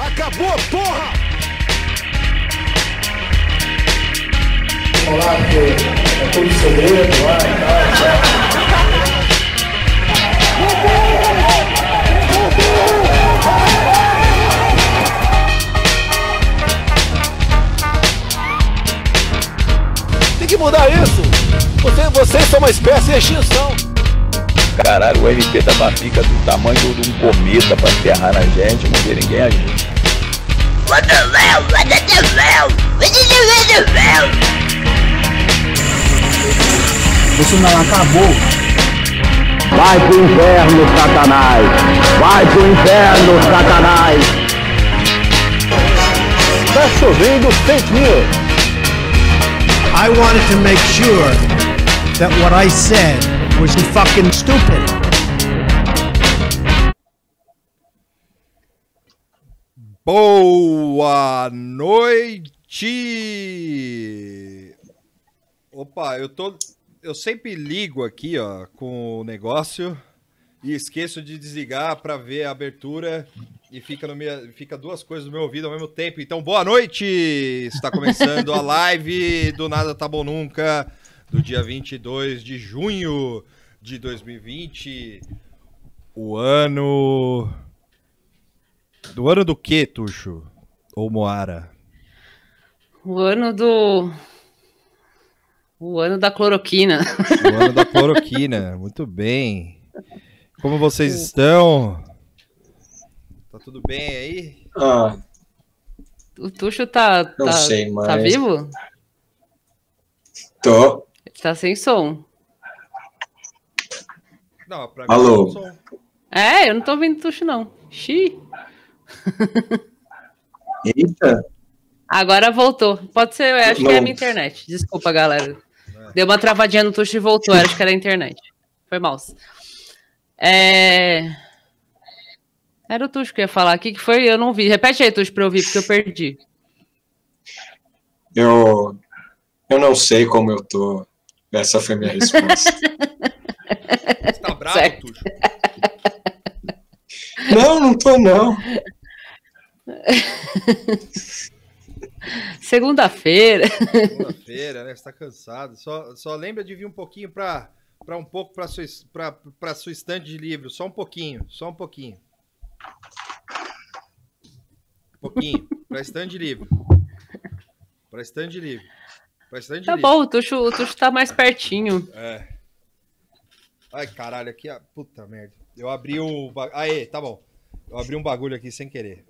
Acabou, porra! Falar que é tudo segredo lá e tal. Tem que mudar isso! Vocês são uma espécie de extinção! Caralho, o RP da Bafica do tamanho de um cometa pra enterrar na gente, não vê ninguém agir. What the hell? What the hell? What the hell? Bolsonaro acabou. Vai pro inferno, Satanás! Vai pro inferno, Satanás! Tá chovendo fake news! I wanted to make sure that what I said was fucking stupid. Boa noite! Opa, eu sempre ligo aqui, ó, com o negócio e esqueço de desligar para ver a abertura e fica duas coisas no meu ouvido ao mesmo tempo. Então, boa noite! Está começando a live do Nada Tá Bom Nunca, do dia 22 de junho de 2020. O ano... Do ano do quê, Tuxo? Ou Moara? O ano da cloroquina. O ano da cloroquina, muito bem. Como vocês estão? Tá tudo bem aí? O Tuxo tá sei mais. Tá vivo? Tô. Tá sem som. Não, pra mim Alô? tá som. É, eu não tô ouvindo o Tuxo, não. Xiii. Eita. Agora voltou. Pode ser, eu acho que é a Não. minha internet. Desculpa, galera. Deu uma travadinha no Tuxo e voltou. Acho que era a internet. Foi mal. Era o Tuxo que ia falar. O que foi? Eu não vi. Repete aí, Tuxo, pra eu ouvir, porque eu perdi. Eu não sei como eu tô. Essa foi minha resposta. Você tá bravo, Certo. Tuxo? Não tô não. Segunda-feira. Segunda-feira, né? Você tá cansado. Só lembra de vir um pouquinho pra sua estante de livros. Só um pouquinho. Um pouquinho. Pra estante de livro. Tá bom, o Tuxo tá mais pertinho. É. Ai, caralho, aqui... Puta merda. Eu abri o... Aê, tá bom. Eu abri um bagulho aqui sem querer.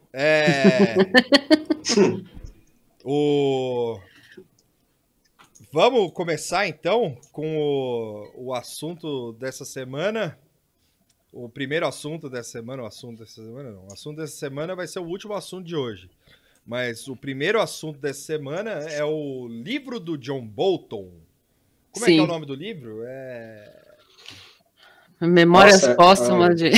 Vamos começar, então, com o assunto dessa semana. O primeiro assunto dessa semana... O assunto dessa semana vai ser o último assunto de hoje. Mas o primeiro assunto dessa semana é o livro do John Bolton. Como é que é o nome do livro? Memórias Nossa, póstumas de...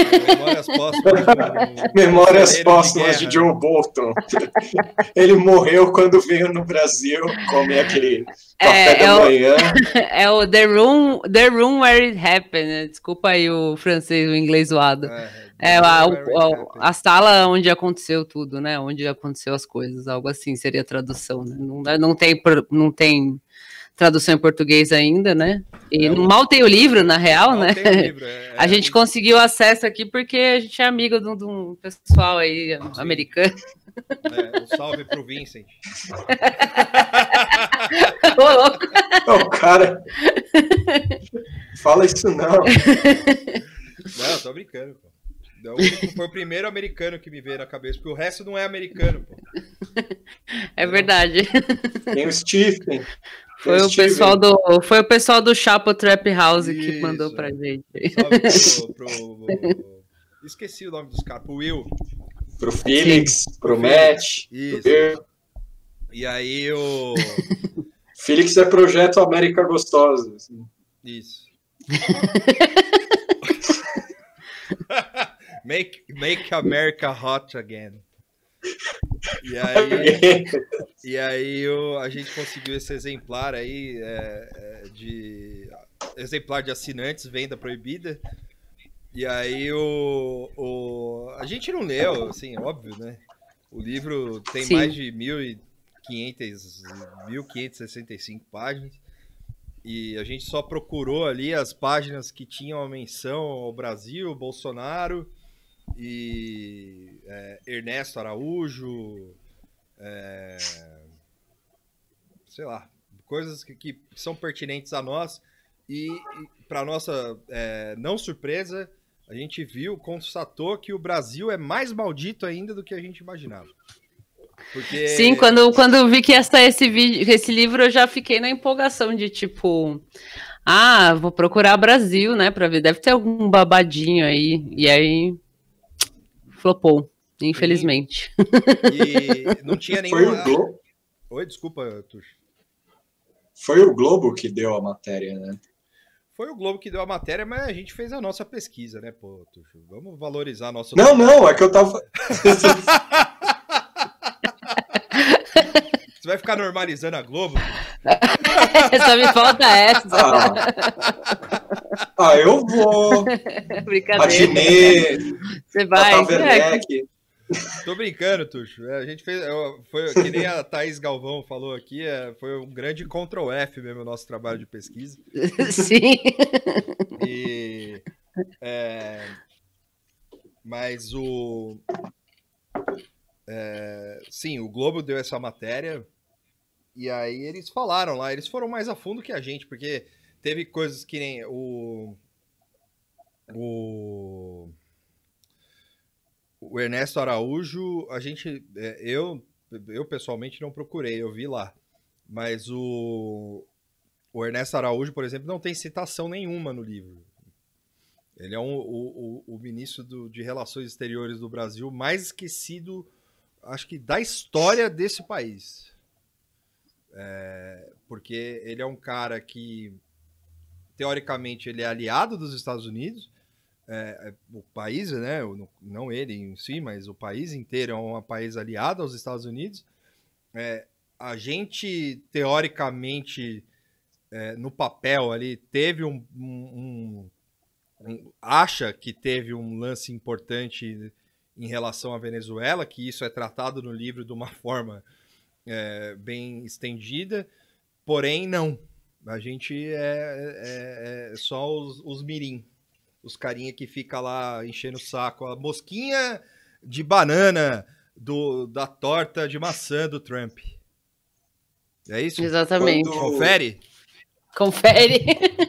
Memórias póstumas de John Bolton. Ele morreu quando veio no Brasil comer aquele café da manhã. É o The Room Where It Happened. Né? Desculpa aí o francês, o inglês zoado. A sala onde aconteceu tudo, né? Onde aconteceu as coisas, algo assim seria a tradução, né? Não tem tradução em português ainda, né? E mal tem o livro, na real, né? A gente conseguiu acesso aqui porque a gente é amigo de um pessoal aí americano. Um salve pro Vincent. Ô, louco. O cara... Fala isso não. Não, tô brincando, pô. Foi o primeiro americano que me veio na cabeça, porque o resto não é americano, pô. É verdade. Tem o Stephen. Foi o pessoal do Chapo Trap House que mandou pra gente. Salve Esqueci o nome dos caras, pro Will. Pro Felix, pro Matt. Isso. E aí o... Felix é projeto América Gostosa. Assim. Isso. Make America Hot Again. E aí a gente conseguiu esse exemplar aí exemplar de assinantes, venda proibida. E aí a gente não leu, assim, óbvio, né? O livro tem Sim. mais de 1.565 páginas. E a gente só procurou ali as páginas que tinham a menção ao Brasil, Bolsonaro e Ernesto Araújo, sei lá, coisas que são pertinentes a nós. E para nossa não surpresa, a gente constatou que o Brasil é mais maldito ainda do que a gente imaginava. Porque... Sim, quando eu vi que ia sair esse livro, eu já fiquei na empolgação de tipo, vou procurar Brasil, né, pra ver, deve ter algum babadinho aí, e aí flopou, infelizmente. E não tinha nenhum... Foi o Globo? Oi, desculpa, Tuxo. Foi o Globo que deu a matéria, né? Foi o Globo que deu a matéria, mas a gente fez a nossa pesquisa, né, pô, Tuxo? Vamos valorizar nosso... Não, é que eu tava... Você vai ficar normalizando a Globo? Só me falta essa. Eu vou. Brincadeira. A Dinê, Você vai. Tata Werneck. Tô brincando, Tuxo. A gente fez... Foi que nem a Thaís Galvão falou aqui, foi um grande Ctrl F mesmo o nosso trabalho de pesquisa. Sim. E... Mas o... sim, o Globo deu essa matéria e aí eles falaram lá, eles foram mais a fundo que a gente, porque teve coisas que nem o Ernesto Araújo, a gente, eu pessoalmente não procurei, eu vi lá, mas o Ernesto Araújo, por exemplo, não tem citação nenhuma no livro. Ele é o ministro de Relações Exteriores do Brasil mais esquecido, acho que da história desse país. Porque ele é um cara que, teoricamente, ele é aliado dos Estados Unidos. O país, né? Não ele em si, mas o país inteiro é um país aliado aos Estados Unidos. A gente, teoricamente, no papel ali, teve acha que teve um lance importante em relação à Venezuela, que isso é tratado no livro de uma forma bem estendida, porém não. A gente é só os mirim, os carinha que fica lá enchendo o saco, a mosquinha de banana da torta de maçã do Trump. É isso? Exatamente. Confere? Confere.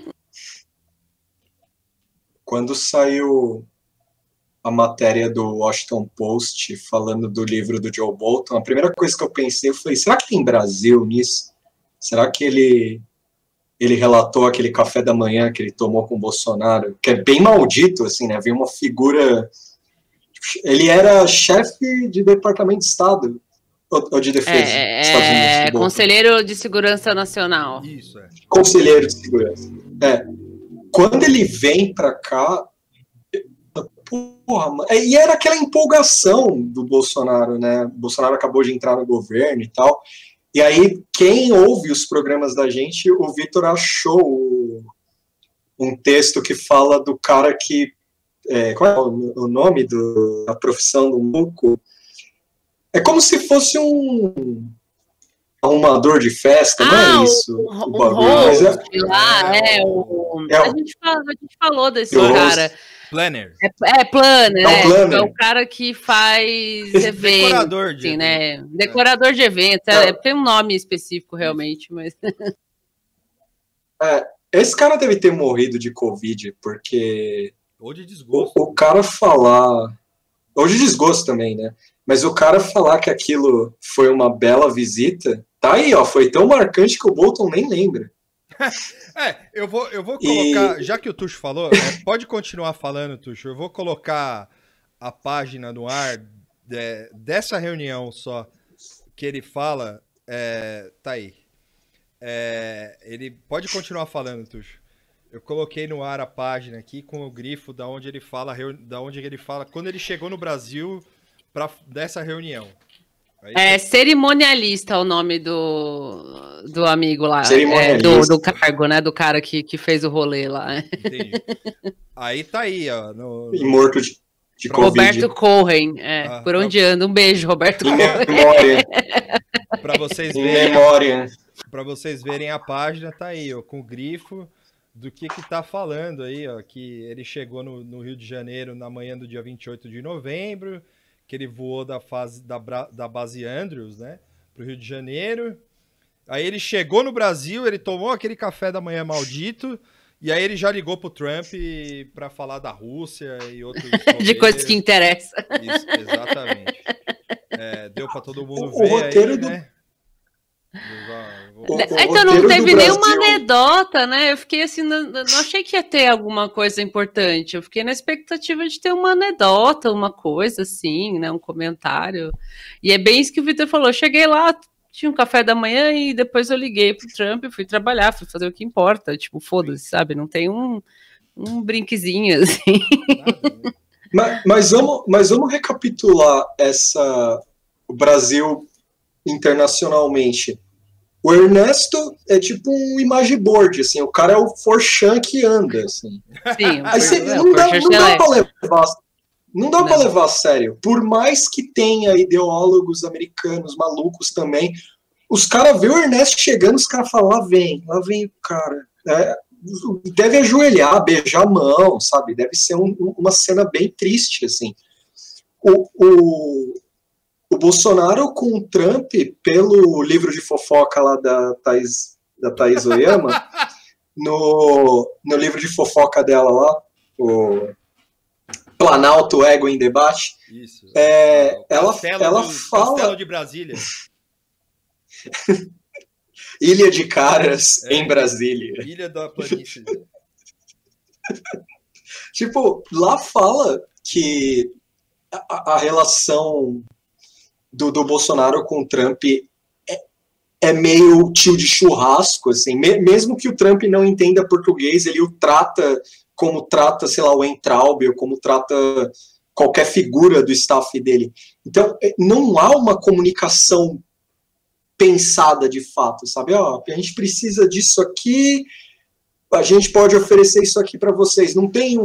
Quando saiu a matéria do Washington Post falando do livro do Joe Bolton, a primeira coisa que eu pensei, eu falei, será que tem Brasil nisso? Será que ele relatou aquele café da manhã que ele tomou com o Bolsonaro? Que é bem maldito, assim, né? Veio uma figura... Ele era chefe de Departamento de Estado, ou de Defesa dos Estados Unidos. Conselheiro de Segurança Nacional. Isso, Conselheiro de Segurança. Quando ele vem pra cá, porra, e era aquela empolgação do Bolsonaro, né? O Bolsonaro acabou de entrar no governo e tal. E aí, quem ouve os programas da gente, o Vitor achou um texto que fala do cara que... qual é o nome da profissão do maluco? É como se fosse um arrumador de festa, não é isso? O host, lá, a gente falou desse cara. Planner. Planner, planner. É o cara que faz eventos, Decorador de assim, né? Decorador de eventos, tem um nome específico realmente, mas... Esse cara deve ter morrido de Covid, porque... Ou de desgosto. O cara falar... Ou de desgosto também, né? Mas o cara falar que aquilo foi uma bela visita, tá aí, ó, foi tão marcante que o Bolton nem lembra. Eu vou colocar, já que o Tuxo falou, pode continuar falando, Tuxo, eu vou colocar a página no ar dessa reunião só, que ele fala, tá aí. Ele pode continuar falando, Tuxo. Eu coloquei no ar a página aqui com o grifo da onde ele fala quando ele chegou no Brasil dessa reunião. Cerimonialista o nome do amigo lá. Do cargo, né? Do cara que fez o rolê lá. Entendi. Aí tá aí, ó. E morto de... de Covid. Roberto Cohen, por onde anda? Um beijo, Roberto Cohen. Memória. Para vocês Em verem, memória. para vocês verem a página, tá aí, ó, com o grifo do que tá falando aí, ó, que ele chegou no Rio de Janeiro na manhã do dia 28 de novembro, que ele voou da base Andrews, né, pro Rio de Janeiro. Aí ele chegou no Brasil, ele tomou aquele café da manhã maldito, e aí ele já ligou pro Trump para falar da Rússia e outros de coisas que interessam. Isso, exatamente. Deu para todo mundo O ver roteiro aí, do... né? Então não teve nenhuma anedota, né? Eu fiquei assim, não achei que ia ter alguma coisa importante. Eu fiquei na expectativa de ter uma anedota, uma coisa assim, né? Um comentário. E é bem isso que o Vitor falou. Eu cheguei lá, tinha um café da manhã e depois eu liguei pro Trump, fui trabalhar, fui fazer o que importa. Tipo, foda-se, sabe? Não tem um brinquezinho assim. Mas vamos recapitular o Brasil internacionalmente. O Ernesto é tipo um image board, assim, o cara é o Forchan que anda, assim. Sim, aí não dá pra levar a sério. Por mais que tenha ideólogos americanos malucos também, os caras vê o Ernesto chegando, os caras falam, lá vem o cara. Deve ajoelhar, beijar a mão, sabe? Deve ser uma cena bem triste, assim. O Bolsonaro com o Trump, pelo livro de fofoca lá da Thaís Oyama, no livro de fofoca dela lá, o Planalto Ego em Debate, isso, ela fala... Castelo de Brasília. Ilha de Caras em Brasília. Ilha da Planície. Tipo, lá fala que a relação do Bolsonaro com o Trump é meio tio de churrasco, assim, mesmo que o Trump não entenda português, ele o trata como trata, sei lá, o Weintraub, ou como trata qualquer figura do staff dele. Então, não há uma comunicação pensada de fato, sabe? A gente precisa disso aqui, a gente pode oferecer isso aqui para vocês. Não tem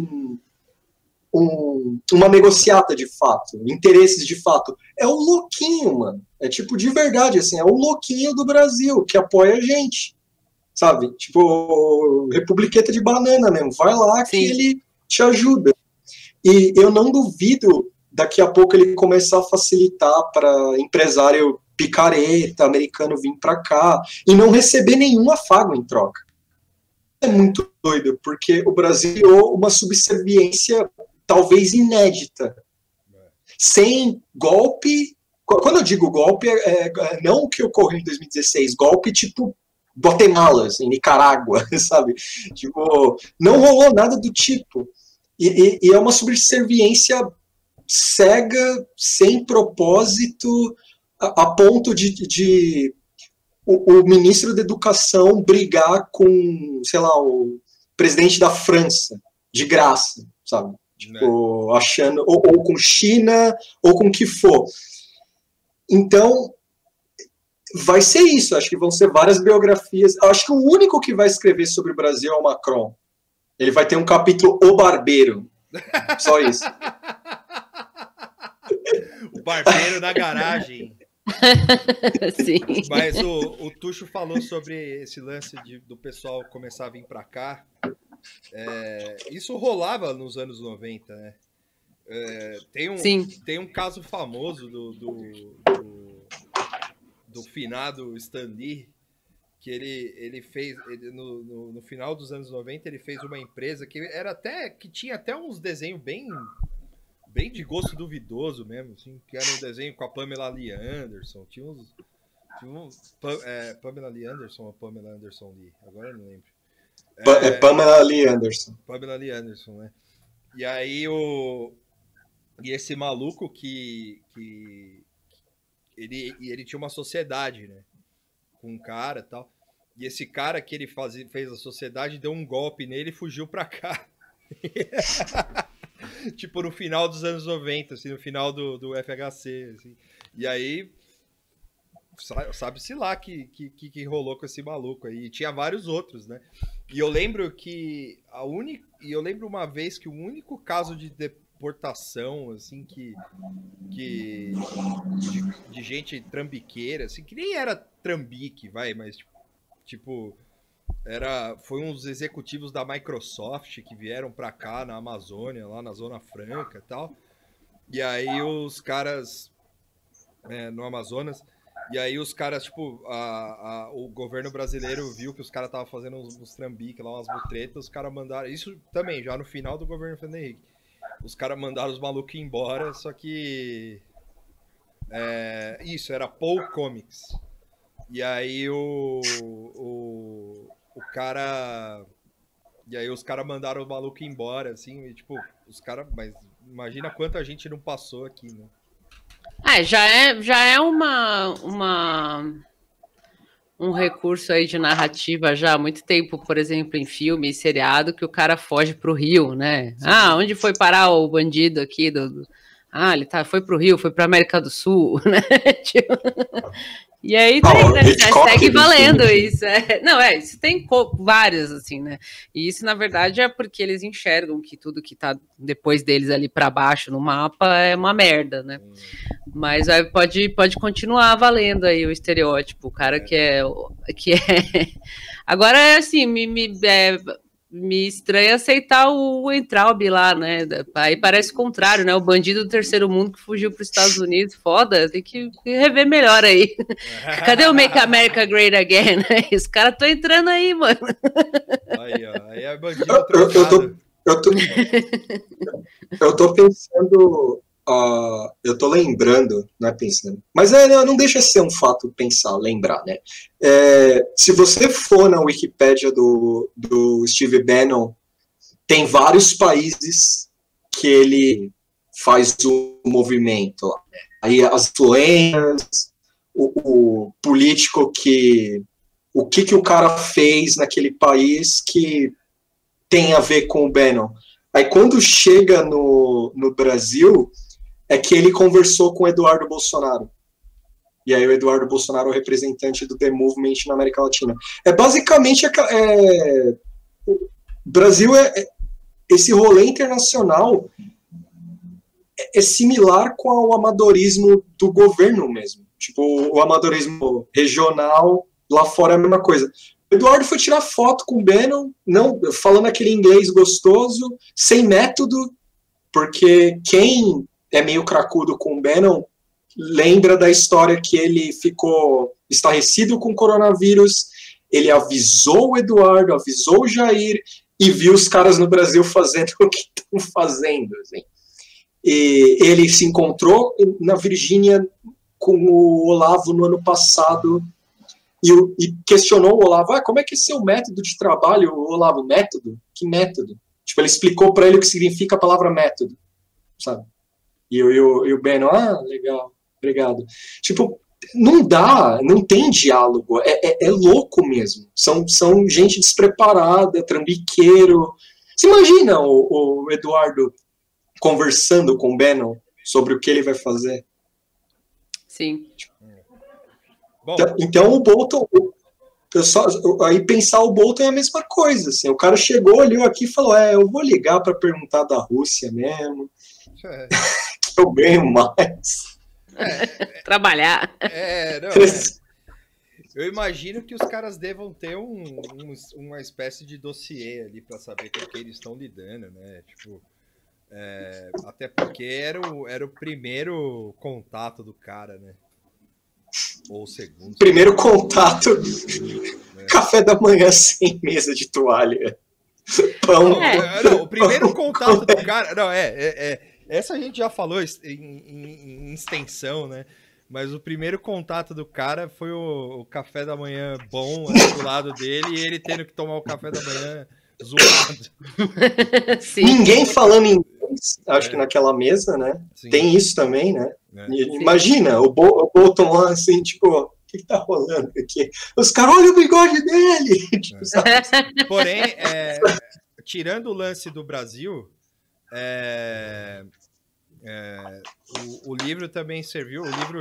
uma negociata de fato, interesses de fato. É o louquinho, mano. É tipo, de verdade, assim, é o louquinho do Brasil que apoia a gente, sabe? Tipo, republiqueta de banana mesmo. Vai lá que ele te ajuda. E eu não duvido daqui a pouco ele começar a facilitar para empresário picareta americano vir para cá e não receber nenhum afago em troca. É muito doido, porque o Brasil criou uma subserviência talvez inédita. Sem golpe. Quando eu digo golpe, não o que ocorreu em 2016, golpe tipo Guatemala, assim, Nicarágua, sabe? Tipo, não rolou nada do tipo. E é uma subserviência cega, sem propósito, a ponto de o ministro da Educação brigar com, sei lá, o presidente da França, de graça, sabe? Tipo, achando, ou com China, ou com o que for. Então, vai ser isso. Acho que vão ser várias biografias. Acho que o único que vai escrever sobre o Brasil é o Macron. Ele vai ter um capítulo O Barbeiro. Só isso. O barbeiro na garagem. Sim. Mas o Tuxo falou sobre esse lance do pessoal começar a vir para cá. Isso rolava nos anos 90, né? Tem um caso famoso do finado Stan Lee, que ele fez no final dos anos 90, ele fez uma empresa que tinha até uns desenhos bem de gosto duvidoso mesmo, assim, que era um desenho com a Pamela Lee Anderson, Pamela Lee Anderson ou Pamela Anderson Lee? Agora eu não lembro. Pamela Lee Anderson. Pamela Lee Anderson, né? E aí e esse maluco que ele tinha uma sociedade, né? Com um cara e tal. E esse cara que ele fez a sociedade deu um golpe nele e fugiu pra cá. Tipo, no final dos anos 90, assim, no final do FHC, assim. E aí, sabe-se lá que rolou com esse maluco aí. E tinha vários outros, né? E eu lembro uma vez que o único caso importação, assim, de gente trambiqueira, assim, que nem era trambique, mas, tipo, foi uns executivos da Microsoft que vieram pra cá, na Amazônia, lá na Zona Franca e tal, e aí os caras, no Amazonas, e aí os caras, tipo, o governo brasileiro viu que os caras estavam fazendo uns trambiques lá, umas mutretas, os caras mandaram, isso também, já no final do governo Fernando Henrique, os caras mandaram os malucos embora, só que isso, era Paul Comics. E aí o cara... E aí os caras mandaram os malucos embora, assim, e tipo, os caras... Mas imagina quanta gente não passou aqui, né? Já é um recurso aí de narrativa já há muito tempo, por exemplo, em filme e seriado, que o cara foge pro Rio, né? Sim. Onde foi parar o bandido aqui ele foi pro Rio, foi pra América do Sul, né? Tipo... E aí segue valendo isso. Isso tem vários, assim, né? E isso, na verdade, é porque eles enxergam que tudo que tá depois deles ali para baixo no mapa é uma merda, né? Mas aí pode continuar valendo aí o estereótipo, o cara que é... Agora, é assim, me estranha aceitar o Weintraub lá, né? Aí parece o contrário, né? O bandido do terceiro mundo que fugiu para os Estados Unidos, foda, tem que rever melhor aí. Cadê o Make America Great Again? Os caras estão entrando aí, mano. Aí, ó, aí é bandido eu tô pensando, eu tô lembrando, não é pensando, mas não deixa ser um fato pensar, lembrar, né? Se você for na Wikipédia do Steve Bannon, tem vários países que ele faz o movimento lá, né? Aí as influências, o político o que o cara fez naquele país que tem a ver com o Bannon. Aí quando chega no Brasil, é que ele conversou com o Eduardo Bolsonaro. E aí o Eduardo Bolsonaro é o representante do The Movement na América Latina. Basicamente, o Brasil esse rolê internacional é similar com o amadorismo do governo mesmo. Tipo, o amadorismo regional, lá fora é a mesma coisa. O Eduardo foi tirar foto com o Bannon, não, falando aquele inglês gostoso, sem método, porque quem é meio cracudo com o Bannon lembra da história que ele ficou estarrecido com o coronavírus, ele avisou o Eduardo, avisou o Jair, e viu os caras no Brasil fazendo o que estão fazendo. Assim. E ele se encontrou na Virgínia com o Olavo no ano passado, e questionou o Olavo, como é que é seu método de trabalho, o Olavo? Método? Que método? Tipo, ele explicou para ele o que significa a palavra método, sabe? E o Bannon, legal, obrigado. Tipo, não tem diálogo, é louco mesmo. São gente despreparada, trambiqueiro. Você imagina o Eduardo conversando com o Bannon sobre o que ele vai fazer? Sim. Então o Bolton, aí pensar o Bolton é a mesma coisa. Assim, o cara chegou, olhou aqui e falou: eu vou ligar para perguntar da Rússia mesmo. Que eu ganho mais. Trabalhar. Eu imagino que os caras devam ter uma espécie de dossiê ali para saber com quem eles estão lidando, né? Tipo, até porque era o primeiro contato do cara, né? Ou o segundo. Primeiro contato, café da manhã sem mesa de toalha. Pão. Não, o primeiro contato do cara. Não, essa a gente já falou em extensão, né? Mas o primeiro contato do cara foi o café da manhã bom do lado dele e ele tendo que tomar o café da manhã zoado. Sim. Ninguém falando inglês, acho que naquela mesa, né? Sim. Tem isso também, né? Imagina, o Bolton lá assim, tipo, o que tá rolando aqui? Os caras, olha o bigode dele! Tipo, porém, tirando o lance do Brasil, o livro também serviu, o livro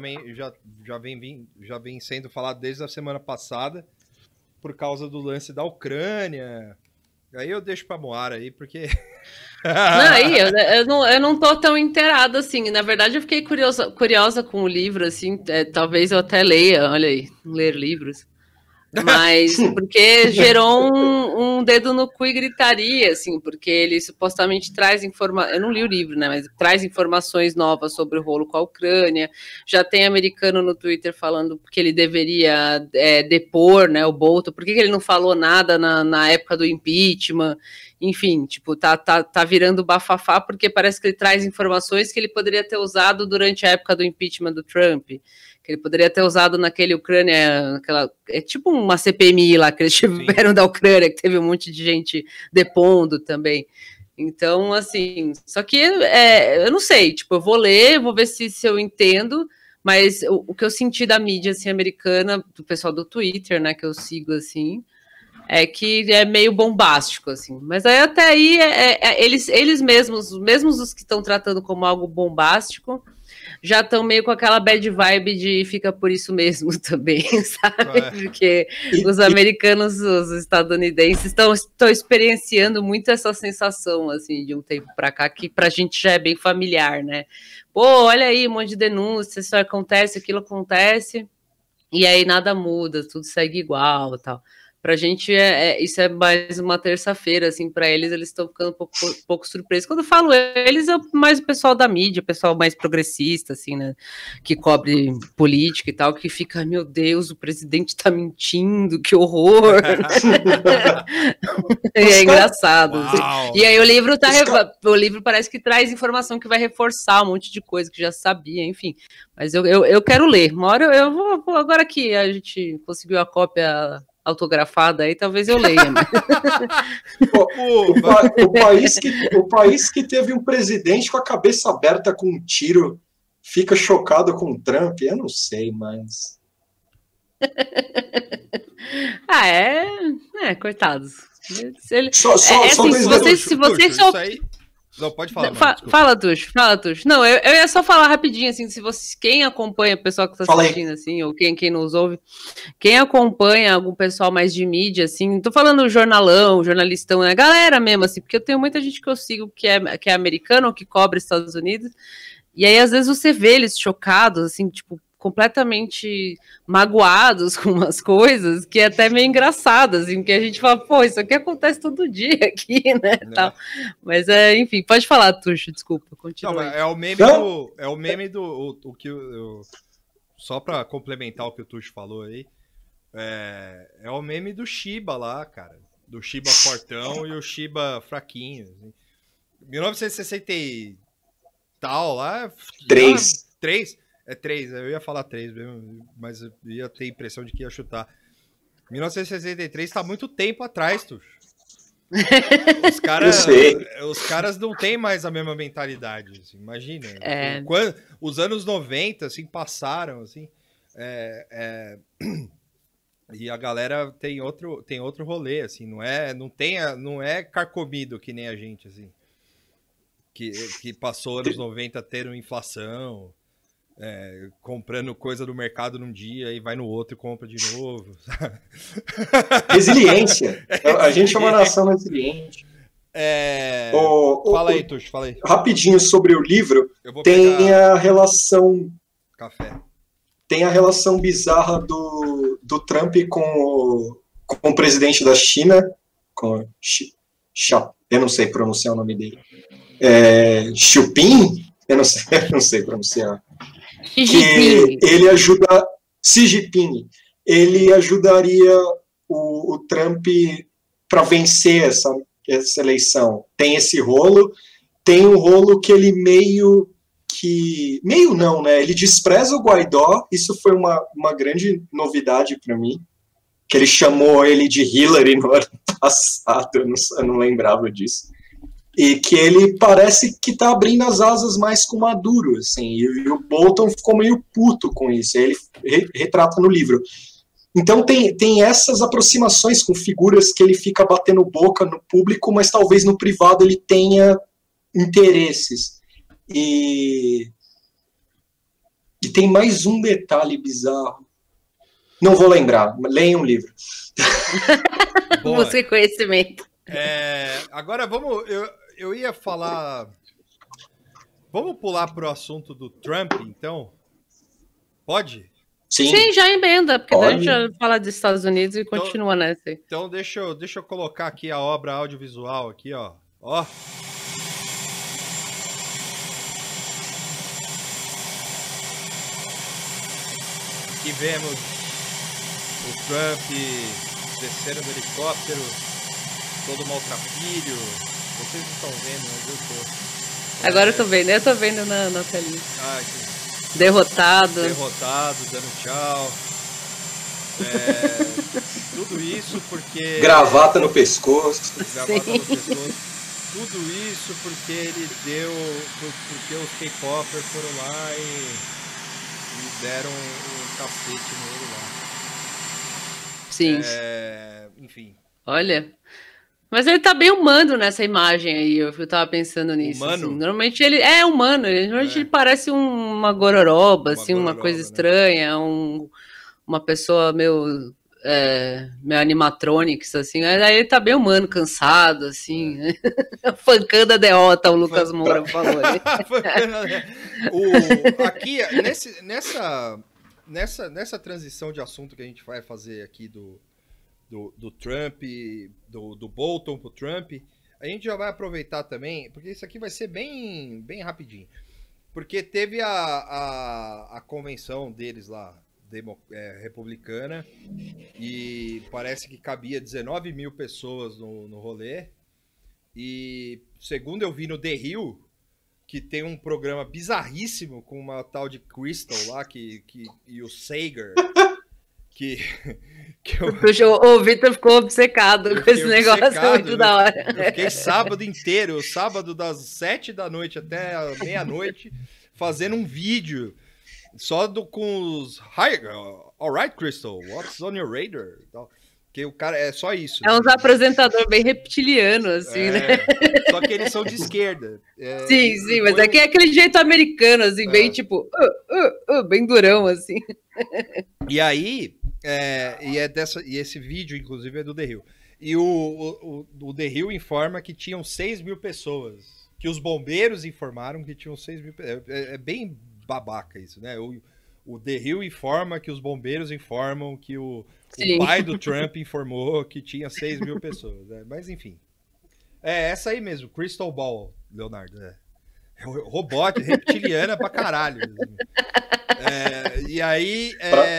já vem sendo falado desde a semana passada, por causa do lance da Ucrânia. Aí eu deixo pra Moara aí, porque... Não, aí eu não tô tão inteirada assim. Na verdade, eu fiquei curiosa com o livro, assim. Talvez eu até leia, olha aí, ler livros. Mas porque gerou um dedo no cu e gritaria, assim, porque ele supostamente traz informações. Eu não li o livro, né? Mas traz informações novas sobre o rolo com a Ucrânia. Já tem americano no Twitter falando que ele deveria depor, né? O Bolton. Por que ele não falou nada na época do impeachment? Enfim, tipo, tá virando bafafá porque parece que ele traz informações que ele poderia ter usado durante a época do impeachment do Trump, que ele poderia ter usado naquele Ucrânia, é tipo uma CPMI lá que eles tiveram da Ucrânia, que teve um monte de gente depondo também. Então, assim, só que eu não sei, tipo, eu vou ler, vou ver se eu entendo, mas o que eu senti da mídia, assim, americana, do pessoal do Twitter, né, que eu sigo, assim, é que é meio bombástico, assim. Mas aí até aí eles mesmos os que estão tratando como algo bombástico, já estão meio com aquela bad vibe de fica por isso mesmo também, sabe? Porque os americanos, os estadunidenses estão experienciando muito essa sensação, assim, de um tempo para cá, que pra gente já é bem familiar, né? Pô, olha aí, um monte de denúncia, isso acontece, aquilo acontece, e aí nada muda, tudo segue igual e tal. Pra gente, isso é mais uma terça-feira, assim, pra eles estão ficando um pouco surpresos. Quando eu falo eles, é mais o pessoal da mídia, o pessoal mais progressista, assim, né, que cobre política e tal, que fica, meu Deus, o presidente tá mentindo, que horror. E é engraçado. Assim. E aí o livro parece que traz informação que vai reforçar um monte de coisa que já sabia, enfim. Mas eu quero ler. Uma hora eu vou, agora que a gente conseguiu a cópia autografada aí, talvez eu leia. Né? O país que teve um presidente com a cabeça aberta com um tiro fica chocado com o Trump? Eu não sei, mas... coitados. Se vocês só... Não, pode falar. Fala, Tuxo. Não, eu ia só falar rapidinho, assim, se vocês, quem acompanha, o pessoal que está assistindo, assim, ou quem nos ouve, quem acompanha algum pessoal mais de mídia, assim, não tô falando jornalão, jornalistão, né, galera mesmo, assim, porque eu tenho muita gente que eu sigo que é americano ou que cobre Estados Unidos, e aí às vezes você vê eles chocados, assim, tipo, completamente magoados com umas coisas que é até meio engraçado, assim, porque a gente fala, pô, isso aqui acontece todo dia aqui, né, tal. Mas, enfim, pode falar, Tuxo, desculpa, continua. Não, é o meme do o que só para complementar o que o Tuxo falou aí, é o meme do Shiba lá, cara, do Shiba fortão e o Shiba fraquinho, assim. 1960 e tal lá... 3. É 3, eu ia falar 3 mesmo, mas eu ia ter a impressão de que ia chutar. 1963 tá muito tempo atrás, Tuxo. Os caras não têm mais a mesma mentalidade, assim, imagina. Os anos 90, assim, passaram, assim, e a galera tem outro rolê, assim, não é carcomido que nem a gente, assim, que passou anos 90 tendo inflação, comprando coisa do mercado num dia e vai no outro e compra de novo. Resiliência. A gente é uma nação resiliente. Fala aí, Tuxo, fala aí. Rapidinho sobre o livro, tem a relação... Café. Tem a relação bizarra do Trump com o presidente da China, com eu não sei pronunciar o nome dele. Xi Jinping? Eu não sei pronunciar. Que ele ajuda Xi Jinping, ele ajudaria o Trump para vencer essa eleição. Tem esse rolo, tem um rolo que ele meio não, né? Ele despreza o Guaidó, isso foi uma grande novidade para mim, que ele chamou ele de Hillary no ano passado, eu não lembrava disso. E que ele parece que tá abrindo as asas mais com Maduro, assim, e o Bolton ficou meio puto com isso, ele retrata no livro. Então tem essas aproximações com figuras que ele fica batendo boca no público, mas talvez no privado ele tenha interesses. E tem mais um detalhe bizarro. Não vou lembrar, leiam um livro. Busque conhecimento. Agora vamos... eu ia falar... Vamos pular pro assunto do Trump, então? Pode? Sim, já emenda, porque daí a gente já fala dos Estados Unidos e continua nessa aí. Então deixa eu colocar aqui a obra audiovisual aqui, ó. Ó. Aqui vemos o Trump descendo do helicóptero, todo maltrapilho. Vocês não estão vendo, mas eu tô. Agora eu tô vendo na telinha. Ai, derrotado, dando tchau. Tudo isso porque... Gravata no pescoço. Tudo isso porque ele deu... Porque os K-popers foram lá e deram um cacete nele lá. Sim. Enfim. Olha... Mas ele tá bem humano nessa imagem aí, eu tava pensando nisso. Humano? Assim. Normalmente ele é humano, normalmente ele parece uma gororoba, assim, uma coisa estranha, uma pessoa meio animatronics, assim. Aí ele tá bem humano, cansado, assim. Fancando a derrota, o Lucas Moura falou ali. Aqui, nessa transição de assunto que a gente vai fazer aqui do Trump, do Bolton pro Trump, a gente já vai aproveitar também, porque isso aqui vai ser bem, bem rapidinho. Porque teve a convenção deles lá, republicana, e parece que cabia 19 mil pessoas no rolê. E segundo eu vi no The Hill, que tem um programa bizarríssimo com uma tal de Crystal lá, e o Sager, O Vitor ficou obcecado com esse negócio, é muito da hora. Eu fiquei sábado inteiro, sábado das 7 da noite até a meia-noite, fazendo um vídeo só com os... Hi, alright, Crystal, what's on your radar? Porque o cara é só isso. É uns apresentadores bem reptiliano, assim, né? Só que eles são de esquerda. Sim, mas é aquele jeito americano, assim, bem tipo, bem durão, assim. E aí, e esse vídeo, inclusive, é do The Hill. E o The Hill informa que tinham 6 mil pessoas. Que os bombeiros informaram que tinham 6 mil pessoas. É bem babaca isso, né? O The Hill informa que os bombeiros informam que o pai do Trump informou que tinha 6 mil pessoas. Mas enfim. É essa aí mesmo, Crystal Ball, Leonardo. Robô, reptiliana pra caralho. E aí...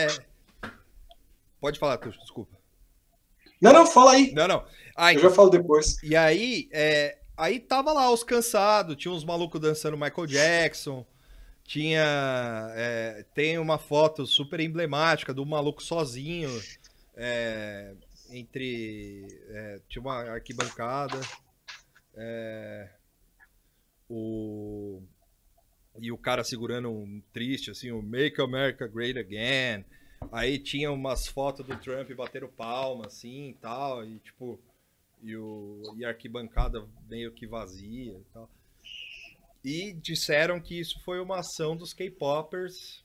Pode falar, Tuxo, desculpa. Não, fala aí. Não. Eu já falo depois. E aí, aí tava lá os cansados, tinha uns malucos dançando Michael Jackson, tem uma foto super emblemática do maluco sozinho, tinha uma arquibancada, e o cara segurando um triste, assim, o Make America Great Again. Aí tinha umas fotos do Trump batendo palma, assim, e tal, e tipo, e a arquibancada meio que vazia e tal. E disseram que isso foi uma ação dos K-popers.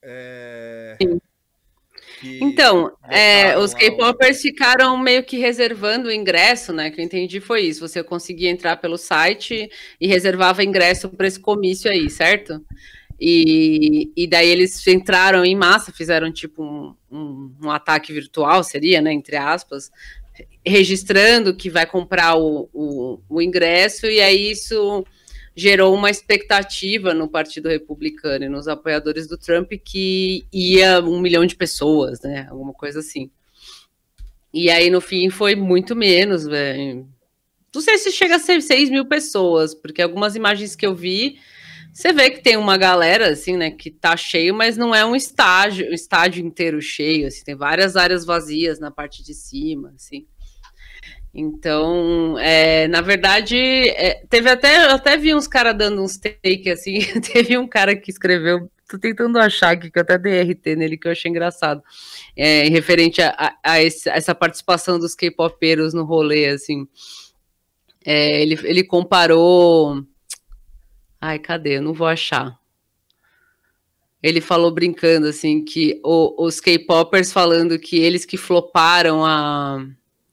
Então, os K-popers ficaram meio que reservando o ingresso, né? Que eu entendi foi isso. Você conseguia entrar pelo site e reservava ingresso para esse comício aí, certo? E daí eles entraram em massa, fizeram tipo um ataque virtual, seria, né? Entre aspas, registrando que vai comprar o ingresso, e aí isso gerou uma expectativa no Partido Republicano e nos apoiadores do Trump que ia 1 milhão de pessoas, né? Alguma coisa assim. E aí, no fim, foi muito menos, velho. Não sei se chega a ser 6 mil pessoas, porque algumas imagens que eu vi, você vê que tem uma galera, assim, né, que tá cheio, mas não é um estádio inteiro cheio, assim, tem várias áreas vazias na parte de cima, assim. Então, na verdade, teve eu até vi uns caras dando uns take, assim, teve um cara que escreveu, tô tentando achar aqui, que eu até dei RT nele, que eu achei engraçado, referente a essa participação dos K-popeiros no rolê, assim, ele comparou, ai, cadê? Eu não vou achar. Ele falou brincando, assim, que os K-popers falando que eles que floparam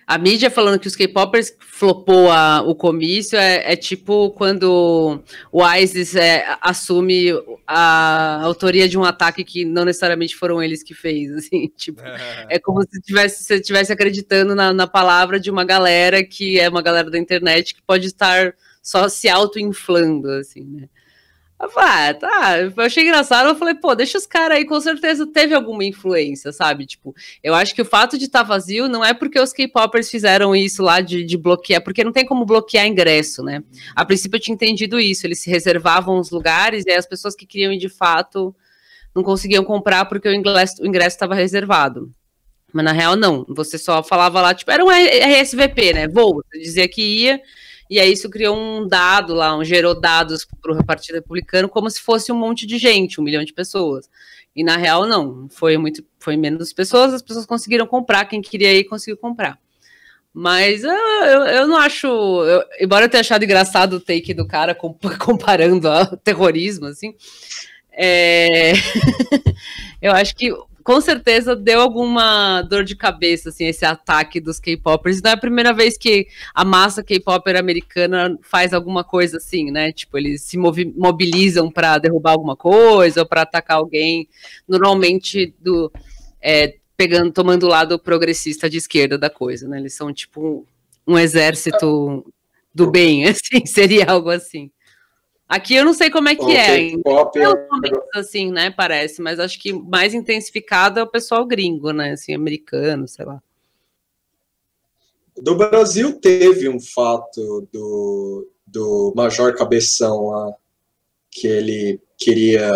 A mídia falando que os K-popers flopou o comício é tipo quando o ISIS assume a autoria de um ataque que não necessariamente foram eles que fez, assim, tipo, é como se você estivesse acreditando na palavra de uma galera que é uma galera da internet que pode estar só se auto-inflando, assim, né? Eu falei, tá, eu achei engraçado, eu falei, pô, deixa os caras aí, com certeza teve alguma influência, sabe, tipo, eu acho que o fato de estar vazio não é porque os K-popers fizeram isso lá de bloquear, porque não tem como bloquear ingresso, né, a princípio eu tinha entendido isso, eles se reservavam os lugares e aí as pessoas que queriam ir de fato não conseguiam comprar porque o ingresso estava reservado, mas na real não, você só falava lá, tipo, era um RSVP, né, voo, você dizia que ia. E aí isso criou um dado lá, gerou dados para o Partido Republicano como se fosse um monte de gente, 1 milhão de pessoas. E na real não, foi menos pessoas, as pessoas conseguiram comprar, quem queria ir conseguiu comprar. Mas eu não acho, embora eu tenha achado engraçado o take do cara comparando ao terrorismo, assim, eu acho que com certeza deu alguma dor de cabeça, assim, esse ataque dos K-popers. Não é a primeira vez que a massa K-popper americana faz alguma coisa assim, né? Tipo, eles se mobilizam para derrubar alguma coisa ou para atacar alguém, normalmente tomando o lado progressista de esquerda da coisa, né? Eles são tipo um exército do bem, assim, seria algo assim. Aqui eu não sei como é que assim, né, parece, mas acho que mais intensificado é o pessoal gringo, né, assim, americano, sei lá. Do Brasil teve um fato do Major Cabeção lá, que ele queria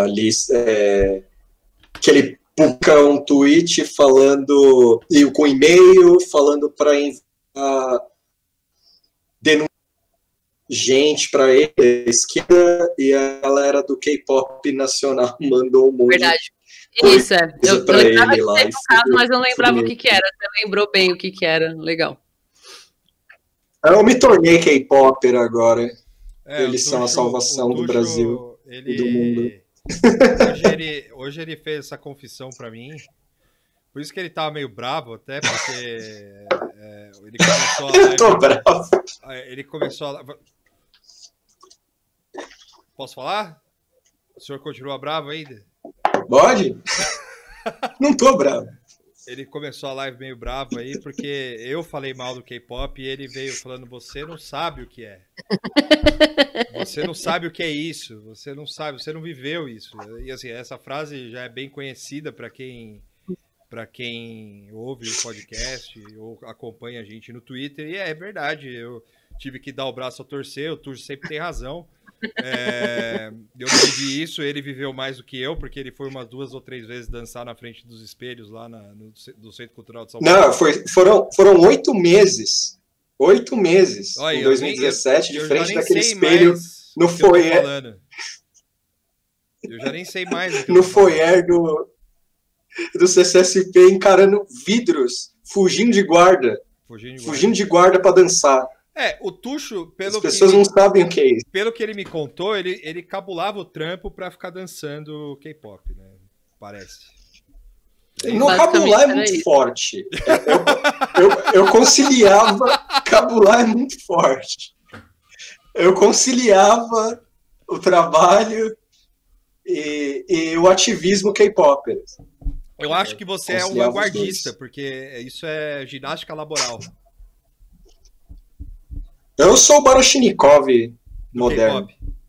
que ele publica um tweet falando, e com e-mail, falando para enviar denúncia gente para ele, a esquerda, e a galera do K-pop nacional mandou um monte. Verdade. Isso, eu lembrava ele lá, caso, mas não lembrava o que era. Você lembrou bem o que era. Legal. Eu me tornei K-popper agora. Eles são a salvação do Brasil e do mundo. Hoje ele fez essa confissão para mim. Por isso que ele tava meio bravo, até porque ele começou a live. Eu tô bravo. Ele começou a. Posso falar? O senhor continua bravo ainda? Pode? Não tô bravo. Ele começou a live meio bravo aí, porque eu falei mal do K-pop e ele veio falando: você não sabe o que é. Você não sabe o que é isso. Você não sabe, você não viveu isso. E assim, essa frase já é bem conhecida para quem ouve o podcast ou acompanha a gente no Twitter. E é verdade, eu tive que dar o braço a torcer, o Turso sempre tem razão. Eu não vivi isso, ele viveu mais do que eu, porque ele foi umas 2 ou 3 vezes dançar na frente dos espelhos lá no Centro Cultural de São Paulo. Não, foram 8 meses. 8 meses. Olha, em 2017, de frente daquele espelho no foyer. Eu já nem sei mais. No foyer do CCSP, encarando vidros, fugindo de guarda. Fugindo de guarda para dançar. O Tuxo, as pessoas não sabem o que é isso. Pelo que ele me contou, ele cabulava o trampo pra ficar dançando K-pop, né? Parece. No cabular é muito forte. Eu conciliava. Cabular é muito forte. Eu conciliava o trabalho e o ativismo K-pop. Eu acho que você é um vanguardista, porque isso é ginástica laboral. Eu sou o Baryshnikov moderno.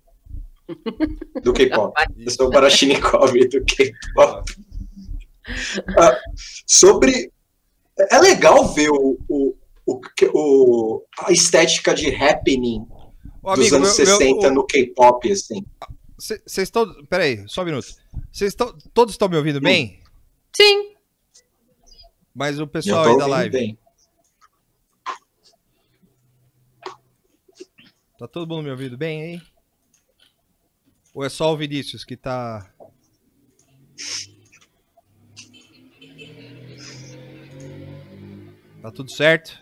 Do K-pop. Eu sou o Baryshnikov do K-pop. É legal ver a estética de happening dos anos 60 no K-pop, assim. Vocês estão... Peraí, só um minuto. Todos estão me ouvindo bem? Sim. Mas o pessoal aí da live... Bem. Tá todo mundo me ouvindo bem aí? Ou é só o Vinícius que tá... Tá tudo certo?